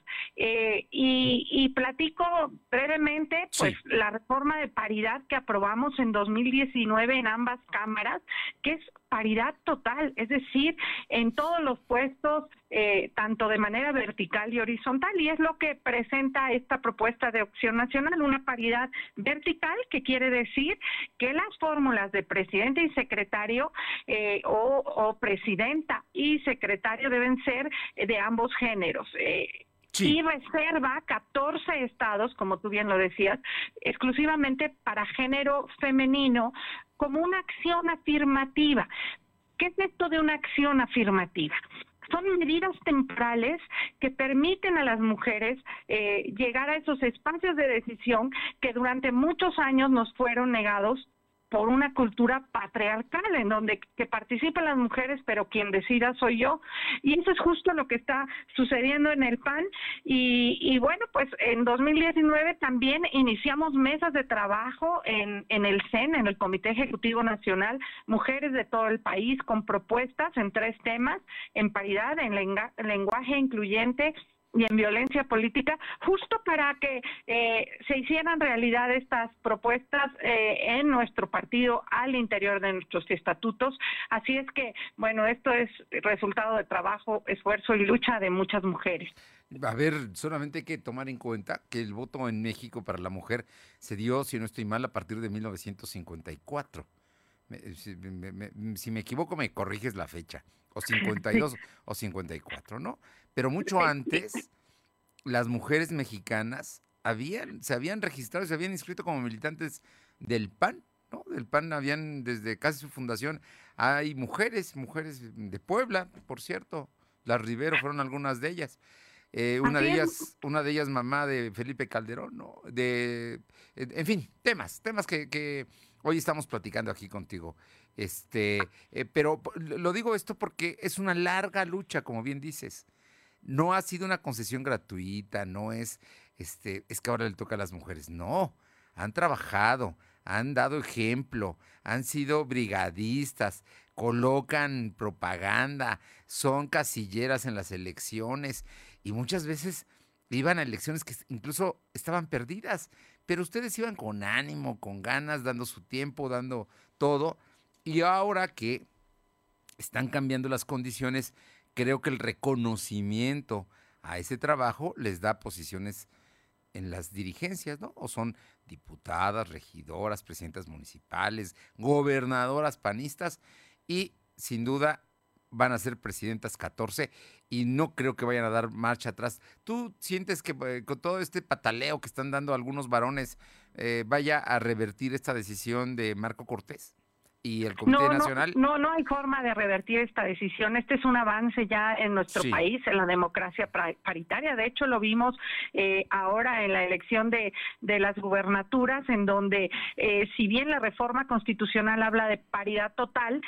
Y platico brevemente, pues, la reforma de paridad que aprobamos en 2019 en ambas cámaras, que es paridad total, es decir, en todos los puestos, tanto de manera vertical y horizontal, y es lo que presenta esta propuesta de Acción Nacional, una paridad vertical, que quiere decir que las fórmulas de presidente y secretario o presidenta y secretario deben ser de ambos géneros. Y reserva 14 estados, como tú bien lo decías, exclusivamente para género femenino, como una acción afirmativa. ¿Qué es esto de una acción afirmativa? Son medidas temporales que permiten a las mujeres llegar a esos espacios de decisión que durante muchos años nos fueron negados por una cultura patriarcal en donde que participan las mujeres, pero quien decida soy yo. Y eso es justo lo que está sucediendo en el PAN. Y bueno, pues en 2019 también iniciamos mesas de trabajo en el CEN, en el Comité Ejecutivo Nacional, mujeres de todo el país, con propuestas en 3 temas: en paridad, en lenguaje incluyente y en violencia política, justo para que se hicieran realidad estas propuestas en nuestro partido al interior de nuestros estatutos. Así es que, bueno, esto es resultado de trabajo, esfuerzo y lucha de muchas mujeres. A ver, solamente hay que tomar en cuenta que el voto en México para la mujer se dio, si no estoy mal, a partir de 1954. Si me equivoco, me corriges la fecha, o 52 o 54, ¿no? Pero mucho antes, las mujeres mexicanas se habían registrado, se habían inscrito como militantes del PAN, ¿no? Del PAN habían, desde casi su fundación, hay mujeres de Puebla, por cierto, las Rivero fueron algunas de ellas. Una de ellas mamá de Felipe Calderón, ¿no? En fin, temas que hoy estamos platicando aquí contigo. Pero lo digo esto porque es una larga lucha, como bien dices. No ha sido una concesión gratuita, no es que ahora le toca a las mujeres. No, han trabajado, han dado ejemplo, han sido brigadistas. colocan propaganda, son casilleras en las elecciones y muchas veces iban a elecciones que incluso estaban perdidas, pero ustedes iban con ánimo, con ganas, dando su tiempo, dando todo, y ahora que están cambiando las condiciones, creo que el reconocimiento a ese trabajo les da posiciones en las dirigencias, ¿no? O son diputadas, regidoras, presidentas municipales, gobernadoras panistas y sin duda van a ser presidentas 14 y no creo que vayan a dar marcha atrás. ¿Tú sientes que con todo este pataleo que están dando algunos varones vaya a revertir esta decisión de Marco Cortés y el Comité Nacional? No hay forma de revertir esta decisión. Este es un avance ya en nuestro país, en la democracia paritaria. De hecho, lo vimos ahora en la elección de las gubernaturas, en donde si bien la reforma constitucional habla de paridad total,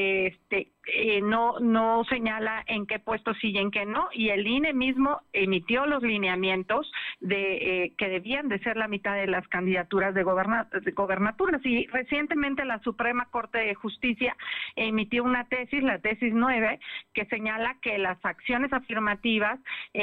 no señala en qué puestos sí y en qué no, y el INE mismo emitió los lineamientos de que debían de ser la mitad de las candidaturas de gobernaturas, y recientemente la Suprema Corte de Justicia emitió una tesis, la tesis 9, que señala que las acciones afirmativas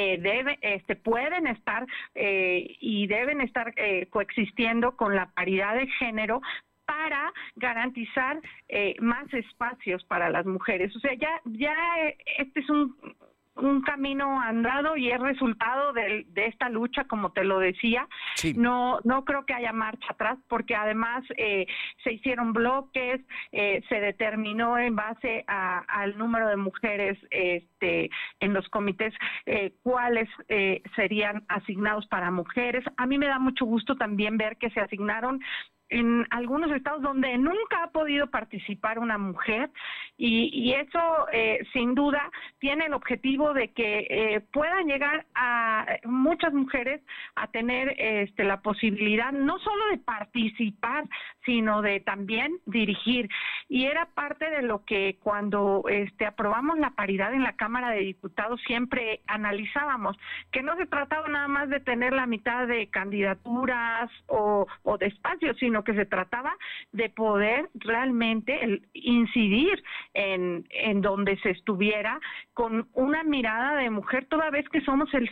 pueden estar y deben estar coexistiendo con la paridad de género para garantizar más espacios para las mujeres. O sea, ya este es un camino andado y es resultado de esta lucha, como te lo decía. Sí. No creo que haya marcha atrás, porque además se hicieron bloques, se determinó en base al número de mujeres en los comités cuáles serían asignados para mujeres. A mí me da mucho gusto también ver que se asignaron en algunos estados donde nunca ha podido participar una mujer, y eso sin duda tiene el objetivo de que puedan llegar a muchas mujeres a tener la posibilidad no solo de participar, sino de también dirigir. Y era parte de lo que cuando aprobamos la paridad en la Cámara de Diputados siempre analizábamos, que no se trataba nada más de tener la mitad de candidaturas o de espacios, sino que se trataba de poder realmente incidir en donde se estuviera con una mirada de mujer, toda vez que somos el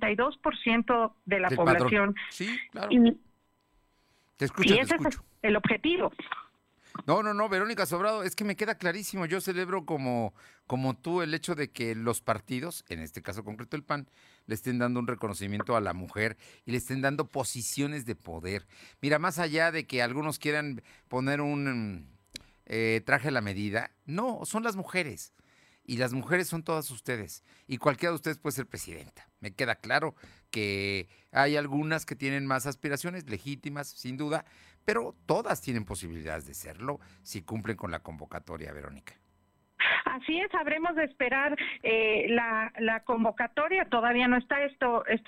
52% de la población. Padrón. Sí, claro. Te escucho. Es el objetivo. No, Verónica Sobrado, es que me queda clarísimo. Yo celebro como tú el hecho de que los partidos, en este caso concreto el PAN, le estén dando un reconocimiento a la mujer y le estén dando posiciones de poder. Mira, más allá de que algunos quieran poner un traje a la medida, no, son las mujeres. Y las mujeres son todas ustedes. Y cualquiera de ustedes puede ser presidenta. Me queda claro que hay algunas que tienen más aspiraciones, legítimas, sin duda, pero todas tienen posibilidades de serlo si cumplen con la convocatoria, Verónica. Así es, habremos de esperar la convocatoria. Todavía no está esto es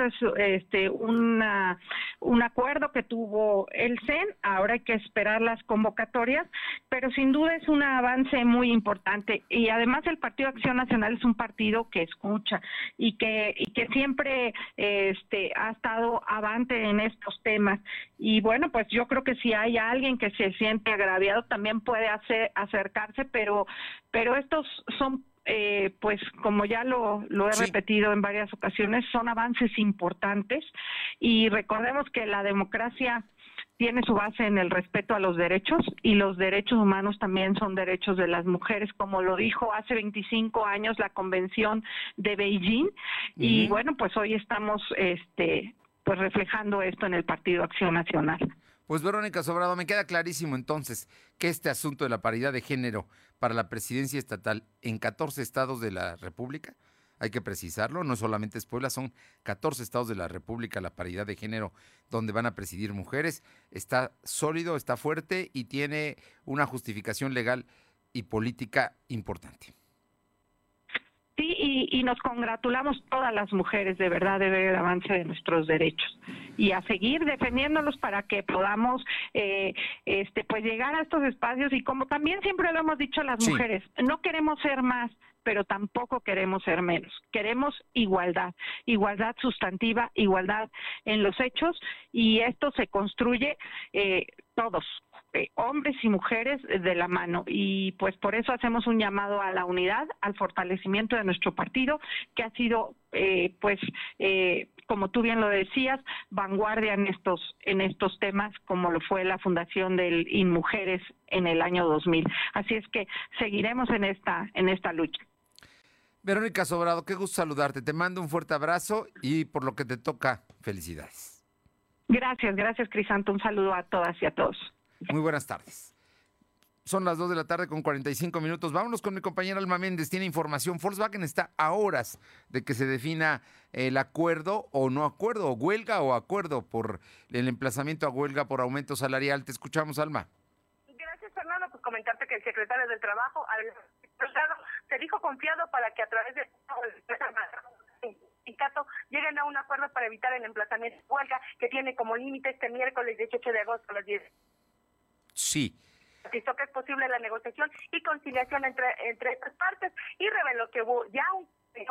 un acuerdo que tuvo el CEN. Ahora hay que esperar las convocatorias, pero sin duda es un avance muy importante. Y además el Partido Acción Nacional es un partido que escucha y que siempre ha estado avante en estos temas. Y bueno, pues yo creo que si hay alguien que se siente agraviado también puede acercarse, pero estos son, pues como ya lo he repetido en varias ocasiones, son avances importantes, y recordemos que la democracia tiene su base en el respeto a los derechos, y los derechos humanos también son derechos de las mujeres, como lo dijo hace 25 años la Convención de Beijing, y bueno, pues hoy estamos pues reflejando esto en el Partido Acción Nacional. Pues Verónica Sobrado, me queda clarísimo entonces que este asunto de la paridad de género para la presidencia estatal en 14 estados de la República, hay que precisarlo, no solamente es Puebla, son 14 estados de la República la paridad de género donde van a presidir mujeres, está sólido, está fuerte y tiene una justificación legal y política importante. Sí, y nos congratulamos todas las mujeres de verdad de ver el avance de nuestros derechos y a seguir defendiéndolos para que podamos pues llegar a estos espacios, y como también siempre lo hemos dicho a las mujeres, no queremos ser más, pero tampoco queremos ser menos. Queremos igualdad sustantiva, igualdad en los hechos, y esto se construye todos, hombres y mujeres de la mano, y pues por eso hacemos un llamado a la unidad, al fortalecimiento de nuestro partido, que ha sido como tú bien lo decías, vanguardia en estos temas, como lo fue la fundación del InMujeres en el año 2000. Así es que seguiremos en esta lucha. Verónica Sobrado, qué gusto saludarte. Te mando un fuerte abrazo y por lo que te toca, felicidades. Gracias, Crisanto. Un saludo a todas y a todos. Muy buenas tardes. Son las 2 de la tarde con 45 minutos. Vámonos con mi compañera Alma Méndez. Tiene información. Volkswagen está a horas de que se defina el acuerdo o no acuerdo, o huelga o acuerdo por el emplazamiento a huelga por aumento salarial. Te escuchamos, Alma. Gracias, Fernando. Pues comentarte que el secretario del Trabajo, se dijo confiado para que a través de sindicato lleguen a un acuerdo para evitar el emplazamiento de huelga que tiene como límite este miércoles 18 de agosto a las 10. Sí. Asistó que es posible la negociación y conciliación entre estas partes y reveló que hubo ya un...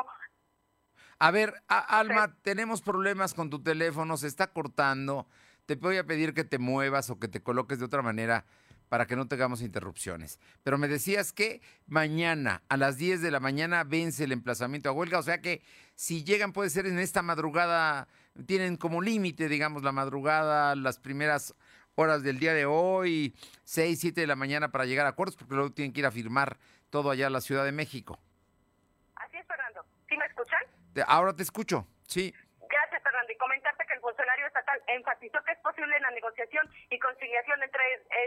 A ver, Alma, tenemos problemas con tu teléfono, se está cortando. Te voy a pedir que te muevas o que te coloques de otra manera para que no tengamos interrupciones. Pero me decías que mañana a las 10 de la mañana vence el emplazamiento a huelga, o sea que si llegan puede ser en esta madrugada, tienen como límite, digamos, la madrugada, las primeras horas del día de hoy, 6, 7 de la mañana para llegar a acuerdos, porque luego tienen que ir a firmar todo allá a la Ciudad de México. Así es, Fernando. ¿Sí me escuchan? Ahora te escucho, sí. Gracias, Fernando. Y comentarte que el funcionario estatal enfatizó que es posible la negociación y conciliación entre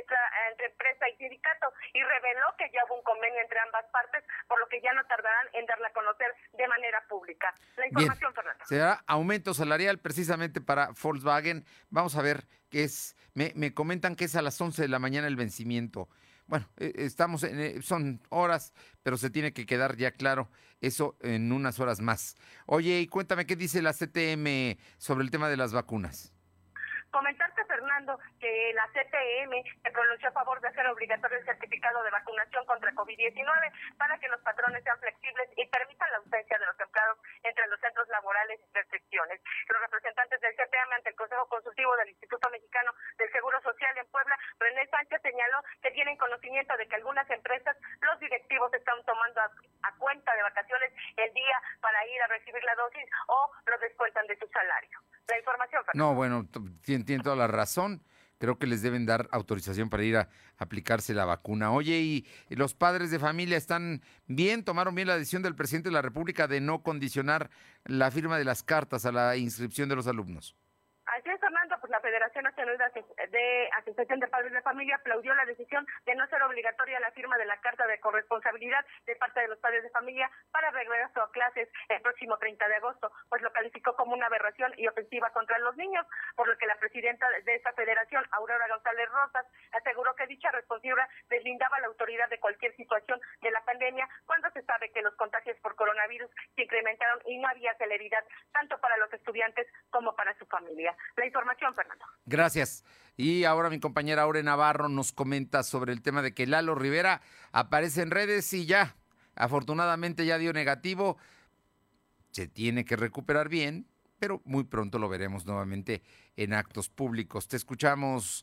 empresa y sindicato y reveló que ya hubo un convenio entre ambas partes, por lo que ya no tardarán en darla a conocer de manera pública. La información, Bien. Fernando. Será aumento salarial precisamente para Volkswagen. Vamos a ver qué es. Me comentan que es a las 11 de la mañana el vencimiento. Bueno, estamos son horas, pero se tiene que quedar ya claro eso en unas horas más. Oye, y cuéntame qué dice la CTM sobre el tema de las vacunas. Comentarte, Fernando, que la CTM se pronunció a favor de hacer obligatorio el certificado de vacunación contra COVID-19 para que los patrones sean flexibles y permitan la ausencia de los empleados entre los centros laborales y restricciones. Los representantes del CTM ante el Consejo Consultivo del Instituto Mexicano del Seguro Social en Puebla, René Sánchez señaló que tienen conocimiento de que algunas empresas, los directivos están tomando a cuenta de vacaciones el día para ir a recibir la dosis o lo descuentan de su salario. La información, Fernando. No, bueno, tiene toda la razón. Creo que les deben dar autorización para ir a aplicarse la vacuna. Oye, ¿y los padres de familia están bien? ¿Tomaron bien la decisión del presidente de la República de no condicionar la firma de las cartas a la inscripción de los alumnos? Así es, Fernando, pues la Federación Nacional de Asociación de Padres de Familia aplaudió la decisión de no ser obligatoria la firma de la carta de corresponsabilidad de parte de los padres de familia para regreso a clases el próximo 30 de agosto, pues lo calificó como una aberración y ofensiva contra los niños, por lo que la presidenta de esta federación, Aurora González Rosas, aseguró que dicha responsabilidad deslindaba a la autoridad de cualquier situación de la pandemia cuando se sabe que los contagios por coronavirus se incrementaron y no había celeridad tanto para los estudiantes como para su familia. La información, Fernando. Gracias. Y ahora mi compañera Aure Navarro nos comenta sobre el tema de que Lalo Rivera aparece en redes y ya, afortunadamente ya dio negativo. Se tiene que recuperar bien, pero muy pronto lo veremos nuevamente en actos públicos. Te escuchamos,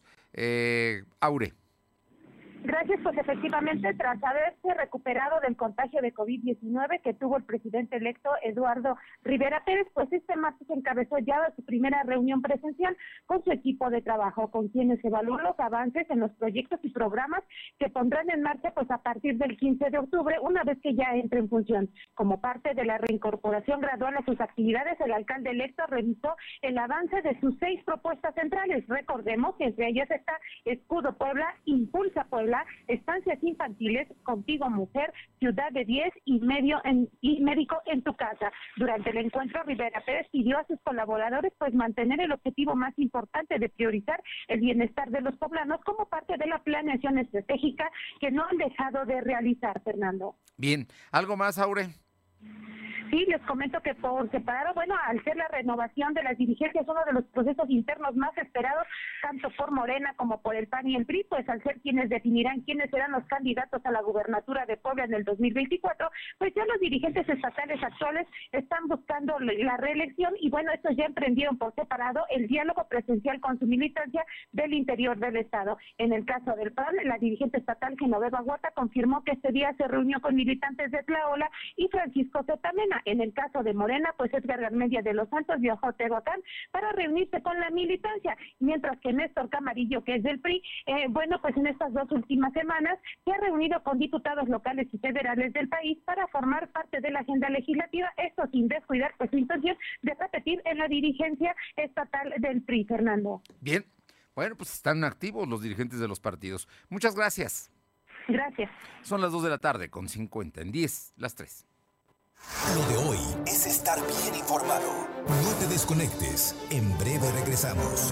Aure. Gracias, pues efectivamente, tras haberse recuperado del contagio de COVID-19 que tuvo el presidente electo Eduardo Rivera Pérez, pues este martes encabezó ya su primera reunión presencial con su equipo de trabajo, con quienes evaluó los avances en los proyectos y programas que pondrán en marcha pues a partir del 15 de octubre, una vez que ya entre en función. Como parte de la reincorporación gradual a sus actividades, el alcalde electo revisó el avance de sus 6 propuestas centrales. Recordemos que entre ellas está Escudo Puebla, Impulsa Puebla, estancias infantiles, Contigo Mujer, Ciudad de 10 y médico en tu casa. Durante el encuentro, Rivera Pérez pidió a sus colaboradores pues mantener el objetivo más importante de priorizar el bienestar de los poblanos como parte de la planeación estratégica que no han dejado de realizar, Fernando. Bien, ¿algo más, Aure? Sí, les comento que por separado, bueno, al ser la renovación de las dirigencias uno de los procesos internos más esperados, tanto por Morena como por el PAN y el PRI, pues al ser quienes definirán quiénes serán los candidatos a la gubernatura de Puebla en el 2024, pues ya los dirigentes estatales actuales están buscando la reelección y bueno, estos ya emprendieron por separado el diálogo presencial con su militancia del interior del estado. En el caso del PAN, la dirigente estatal Genoveva Huerta confirmó que este día se reunió con militantes de Tlaola y Francisco Zetamena. En el caso de Morena, pues Edgar Garmendia de los Santos viajó a Tehuacán para reunirse con la militancia, mientras que Néstor Camarillo, que es del PRI, bueno, pues en estas 2 últimas semanas se ha reunido con diputados locales y federales del país para formar parte de la agenda legislativa, esto sin descuidar pues su intención de repetir en la dirigencia estatal del PRI, Fernando. Bien, bueno, pues están activos los dirigentes de los partidos. Muchas gracias. Gracias. Son las 2:50 en 10, las 3. Lo de hoy es estar bien informado. No te desconectes. En breve regresamos.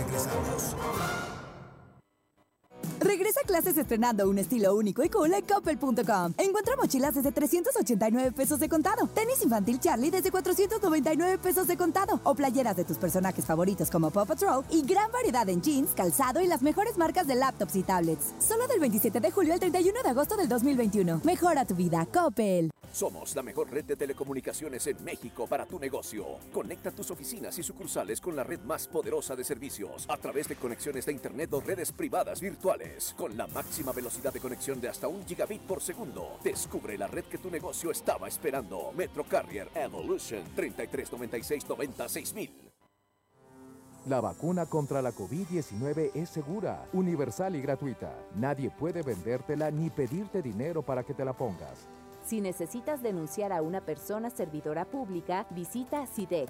Regresa a clases estrenando un estilo único y cool en Coppel.com. Encuentra mochilas desde 389 pesos de contado, tenis infantil Charlie desde 499 pesos de contado, o playeras de tus personajes favoritos como Paw Patrol y gran variedad en jeans, calzado y las mejores marcas de laptops y tablets. Solo del 27 de julio al 31 de agosto del 2021. Mejora tu vida, Coppel. Somos la mejor red de telecomunicaciones en México para tu negocio. Conecta tus oficinas y sucursales con la red más poderosa de servicios a través de conexiones de internet o redes privadas virtuales con la máxima velocidad de conexión de hasta 1 gigabit por segundo. Descubre la red que tu negocio estaba esperando. Metro Carrier Evolution 3396906000. La vacuna contra la COVID-19 es segura, universal y gratuita. Nadie puede vendértela ni pedirte dinero para que te la pongas. Si necesitas denunciar a una persona servidora pública, visita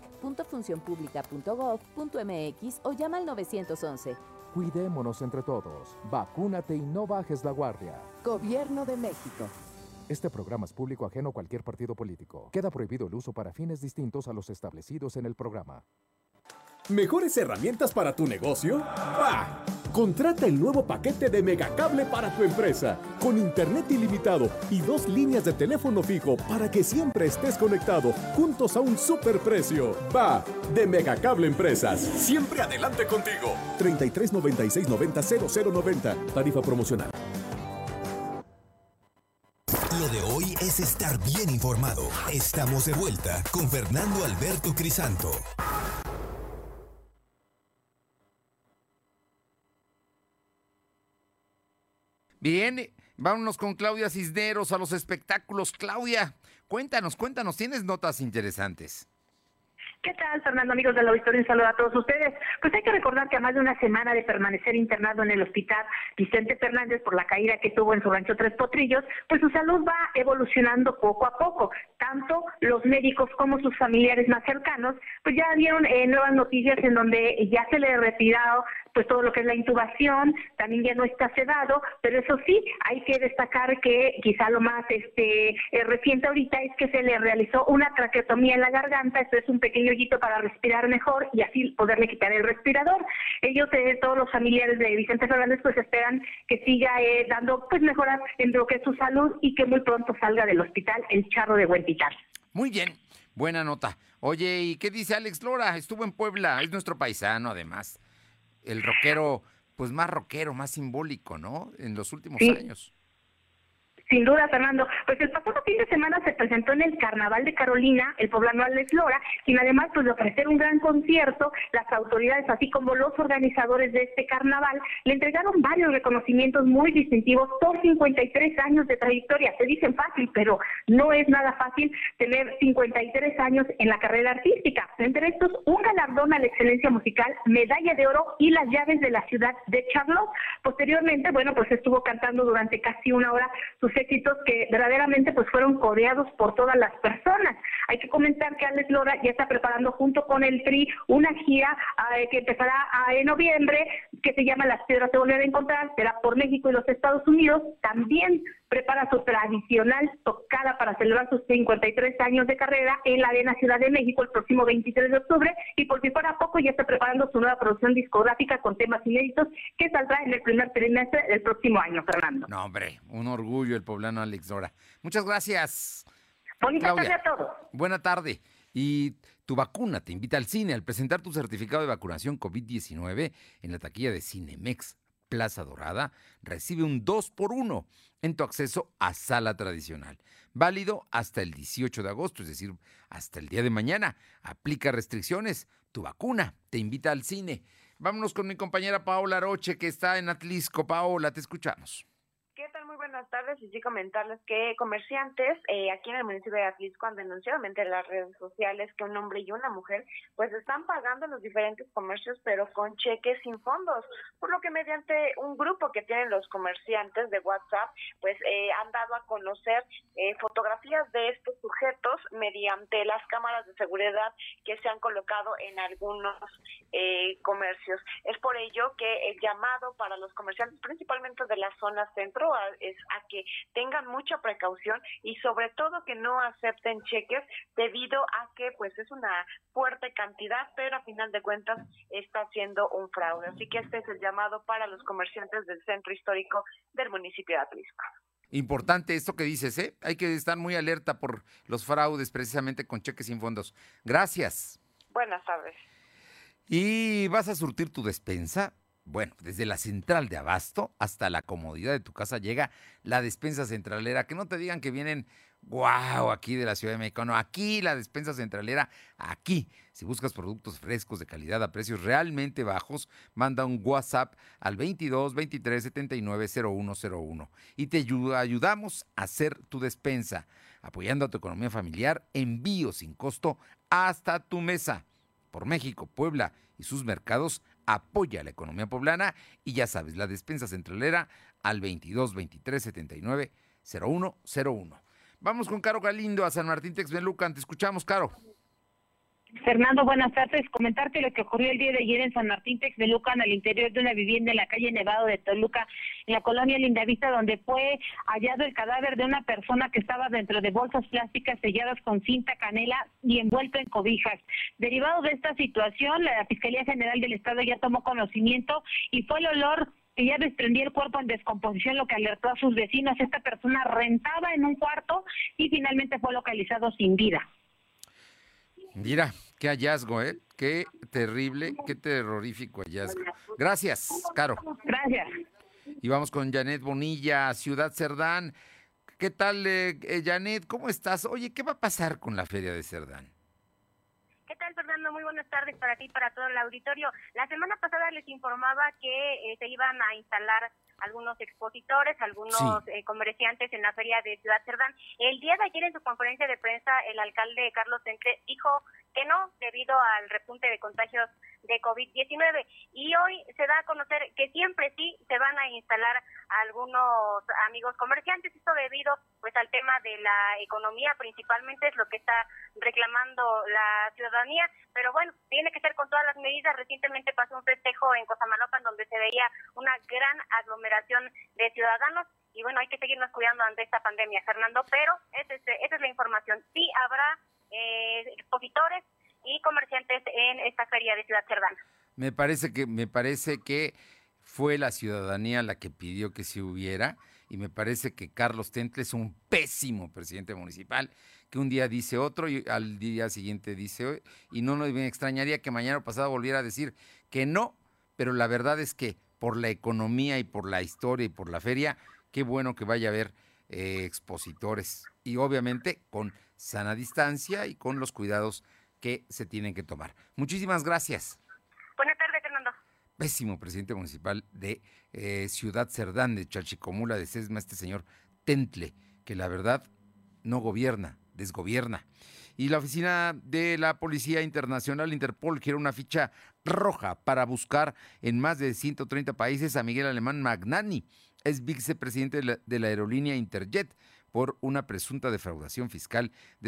sidec.funcionpublica.gov.mx o llama al 911. Cuidémonos entre todos. Vacúnate y no bajes la guardia. Gobierno de México. Este programa es público ajeno a cualquier partido político. Queda prohibido el uso para fines distintos a los establecidos en el programa. ¿Mejores herramientas para tu negocio? ¡Bah! Contrata el nuevo paquete de Megacable para tu empresa, con internet ilimitado y 2 líneas de teléfono fijo para que siempre estés conectado, juntos a un superprecio. ¡Va! De Megacable Empresas. Siempre adelante contigo. 33 96 90 0090. Tarifa promocional. Lo de hoy es estar bien informado. Estamos de vuelta con Fernando Alberto Crisanto. Bien, vámonos con Claudia Cisneros a los espectáculos. Claudia, cuéntanos, ¿tienes notas interesantes? ¿Qué tal, Fernando? Amigos del auditorio, un saludo a todos ustedes. Pues hay que recordar que a más de una semana de permanecer internado en el hospital Vicente Fernández por la caída que tuvo en su rancho Tres Potrillos, pues su salud va evolucionando poco a poco. Tanto los médicos como sus familiares más cercanos, pues ya dieron nuevas noticias en donde ya se le ha retirado pues todo lo que es la intubación, también ya no está sedado, pero eso sí, hay que destacar que quizá lo más reciente ahorita es que se le realizó una traqueotomía en la garganta. Esto es un pequeño hoyito para respirar mejor y así poderle quitar el respirador. Ellos, todos los familiares de Vicente Fernández, pues esperan que siga dando pues mejoras en lo que es su salud y que muy pronto salga del hospital el Charro de Huentital. Muy bien, buena nota. Oye, ¿y qué dice Alex Lora? Estuvo en Puebla, es nuestro paisano además. El rockero, pues más rockero, más simbólico, ¿no? En los últimos años. Sin duda, Fernando. Pues el pasado fin de semana se presentó en el Carnaval de Carolina el poblano Alex Lora, quien además pues de ofrecer un gran concierto, las autoridades así como los organizadores de este carnaval le entregaron varios reconocimientos muy distintivos por 53 años de trayectoria. Se dicen fácil, pero no es nada fácil tener 53 años en la carrera artística. Entre estos, un galardón a la excelencia musical, medalla de oro y las llaves de la ciudad de Charlotte. Posteriormente, bueno, pues estuvo cantando durante casi una hora sus éxitos que verdaderamente pues fueron coreados por todas las personas. Hay que comentar que Alex Lora ya está preparando junto con el PRI una gira que empezará en noviembre, que se llama Las Piedras se volverán a encontrar, será por México y los Estados Unidos. También prepara su tradicional tocada para celebrar sus 53 años de carrera en la Arena Ciudad de México el próximo 23 de octubre, y por si fuera poco ya está preparando su nueva producción discográfica con temas inéditos que saldrá en el primer trimestre del próximo año, Fernando. No, hombre, un orgullo el poblano Alex Lora. Muchas gracias. Bonita tarde a todos. Buena tarde. Y tu vacuna te invita al cine. Al presentar tu certificado de vacunación COVID-19 en la taquilla de Cinemex Plaza Dorada, recibe un 2x1 en tu acceso a sala tradicional. Válido hasta el 18 de agosto, es decir, hasta el día de mañana. Aplica restricciones. Tu vacuna te invita al cine. Vámonos con mi compañera Paola Aroche, que está en Atlisco. Paola, te escuchamos. ¿Qué tal? Muy buenas tardes. Y sí comentarles que comerciantes aquí en el municipio de Atlisco han denunciado mediante las redes sociales que un hombre y una mujer pues están pagando los diferentes comercios pero con cheques sin fondos, por lo que mediante un grupo que tienen los comerciantes de WhatsApp pues han dado a conocer fotografías de estos sujetos mediante las cámaras de seguridad que se han colocado en algunos comercios. Es por ello que el llamado para los comerciantes, principalmente de la zona centro, es a que tengan mucha precaución y sobre todo que no acepten cheques debido a que pues es una fuerte cantidad, pero a final de cuentas está siendo un fraude. Así que este es el llamado para los comerciantes del centro histórico del municipio de Atlisco. Importante esto que dices, ¿eh? Hay que estar muy alerta por los fraudes precisamente con cheques sin fondos. Gracias. Buenas tardes. ¿Y vas a surtir tu despensa? Bueno, desde la central de abasto hasta la comodidad de tu casa llega la despensa centralera. Que no te digan que vienen, guau, aquí de la Ciudad de México. No, aquí la despensa centralera, aquí. Si buscas productos frescos de calidad a precios realmente bajos, manda un WhatsApp al 22 23 79 0101 y te ayudamos a hacer tu despensa, apoyando a tu economía familiar, envío sin costo hasta tu mesa. Por México, Puebla y sus mercados, apoya la economía poblana y ya sabes, la despensa centralera al 22 23 79 0101. Vamos con Caro Galindo a San Martín Texmelucan. Te escuchamos, Caro. Fernando, buenas tardes. Comentarte lo que ocurrió el día de ayer en San Martín Texmelucan, al interior de una vivienda en la calle Nevado de Toluca, en la colonia Lindavista, donde fue hallado el cadáver de una persona que estaba dentro de bolsas plásticas selladas con cinta canela y envuelto en cobijas. Derivado de esta situación, la Fiscalía General del Estado ya tomó conocimiento y fue el olor que ya desprendía el cuerpo en descomposición lo que alertó a sus vecinos. Esta persona rentaba en un cuarto y finalmente fue localizado sin vida. Mira, qué hallazgo, ¿eh? Qué terrible, qué terrorífico hallazgo. Gracias, Caro. Gracias. Y vamos con Janet Bonilla, Ciudad Cerdán. ¿Qué tal, Janet? ¿Cómo estás? Oye, ¿qué va a pasar con la Feria de Cerdán? ¿Qué tal, Fernando? Muy buenas tardes para ti y para todo el auditorio. La semana pasada les informaba que se iban a instalar algunos expositores, algunos comerciantes en la feria de Ciudad Cerdán. El día de ayer en su conferencia de prensa, el alcalde Carlos Tentle dijo que no, debido al repunte de contagios de COVID-19. Y hoy se da a conocer que siempre sí se van a instalar algunos amigos comerciantes, esto debido pues al tema de la economía, principalmente es lo que está reclamando la ciudadanía, pero bueno, tiene que ser con todas las medidas. Recientemente pasó un festejo en Cosamaloapan donde se veía una gran aglomeración de ciudadanos y bueno, hay que seguirnos cuidando ante esta pandemia, Fernando, pero esa es la información. Sí habrá expositores y comerciantes en esta feria de Ciudad Cerdán. Me parece que fue la ciudadanía la que pidió que se hubiera, y me parece que Carlos Tentle es un pésimo presidente municipal, que un día dice otro y al día siguiente dice, y no nos extrañaría que mañana o pasado volviera a decir que no, pero la verdad es que por la economía y por la historia y por la feria, qué bueno que vaya a haber expositores, y obviamente con sana distancia y con los cuidados que se tienen que tomar. Muchísimas gracias. Buenas tardes, Fernando. Pésimo presidente municipal de Ciudad Cerdán, de Chalchicomula, de Sesma, este señor Tentle, que la verdad no gobierna, desgobierna. Y la oficina de la Policía Internacional, Interpol, quiere una ficha roja para buscar en más de 130 países a Miguel Alemán Magnani. Es vicepresidente de la aerolínea Interjet por una presunta defraudación fiscal de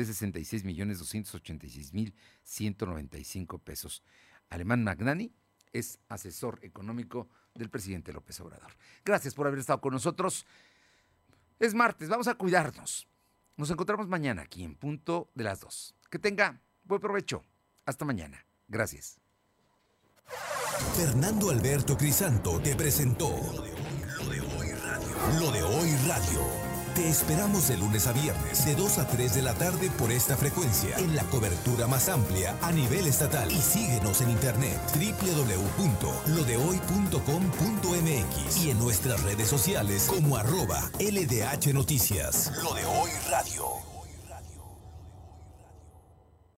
66.286.195 pesos. Alemán Magnani es asesor económico del presidente López Obrador. Gracias por haber estado con nosotros. Es martes, vamos a cuidarnos. Nos encontramos mañana aquí en punto de las 2. Que tenga buen provecho. Hasta mañana. Gracias. Fernando Alberto Crisanto te presentó Lo de Hoy Radio. Te esperamos de lunes a viernes, de 2 a 3 de la tarde por esta frecuencia, en la cobertura más amplia a nivel estatal. Y síguenos en internet, www.lodehoy.com.mx y en nuestras redes sociales como @LDH Noticias. Lo de Hoy Radio.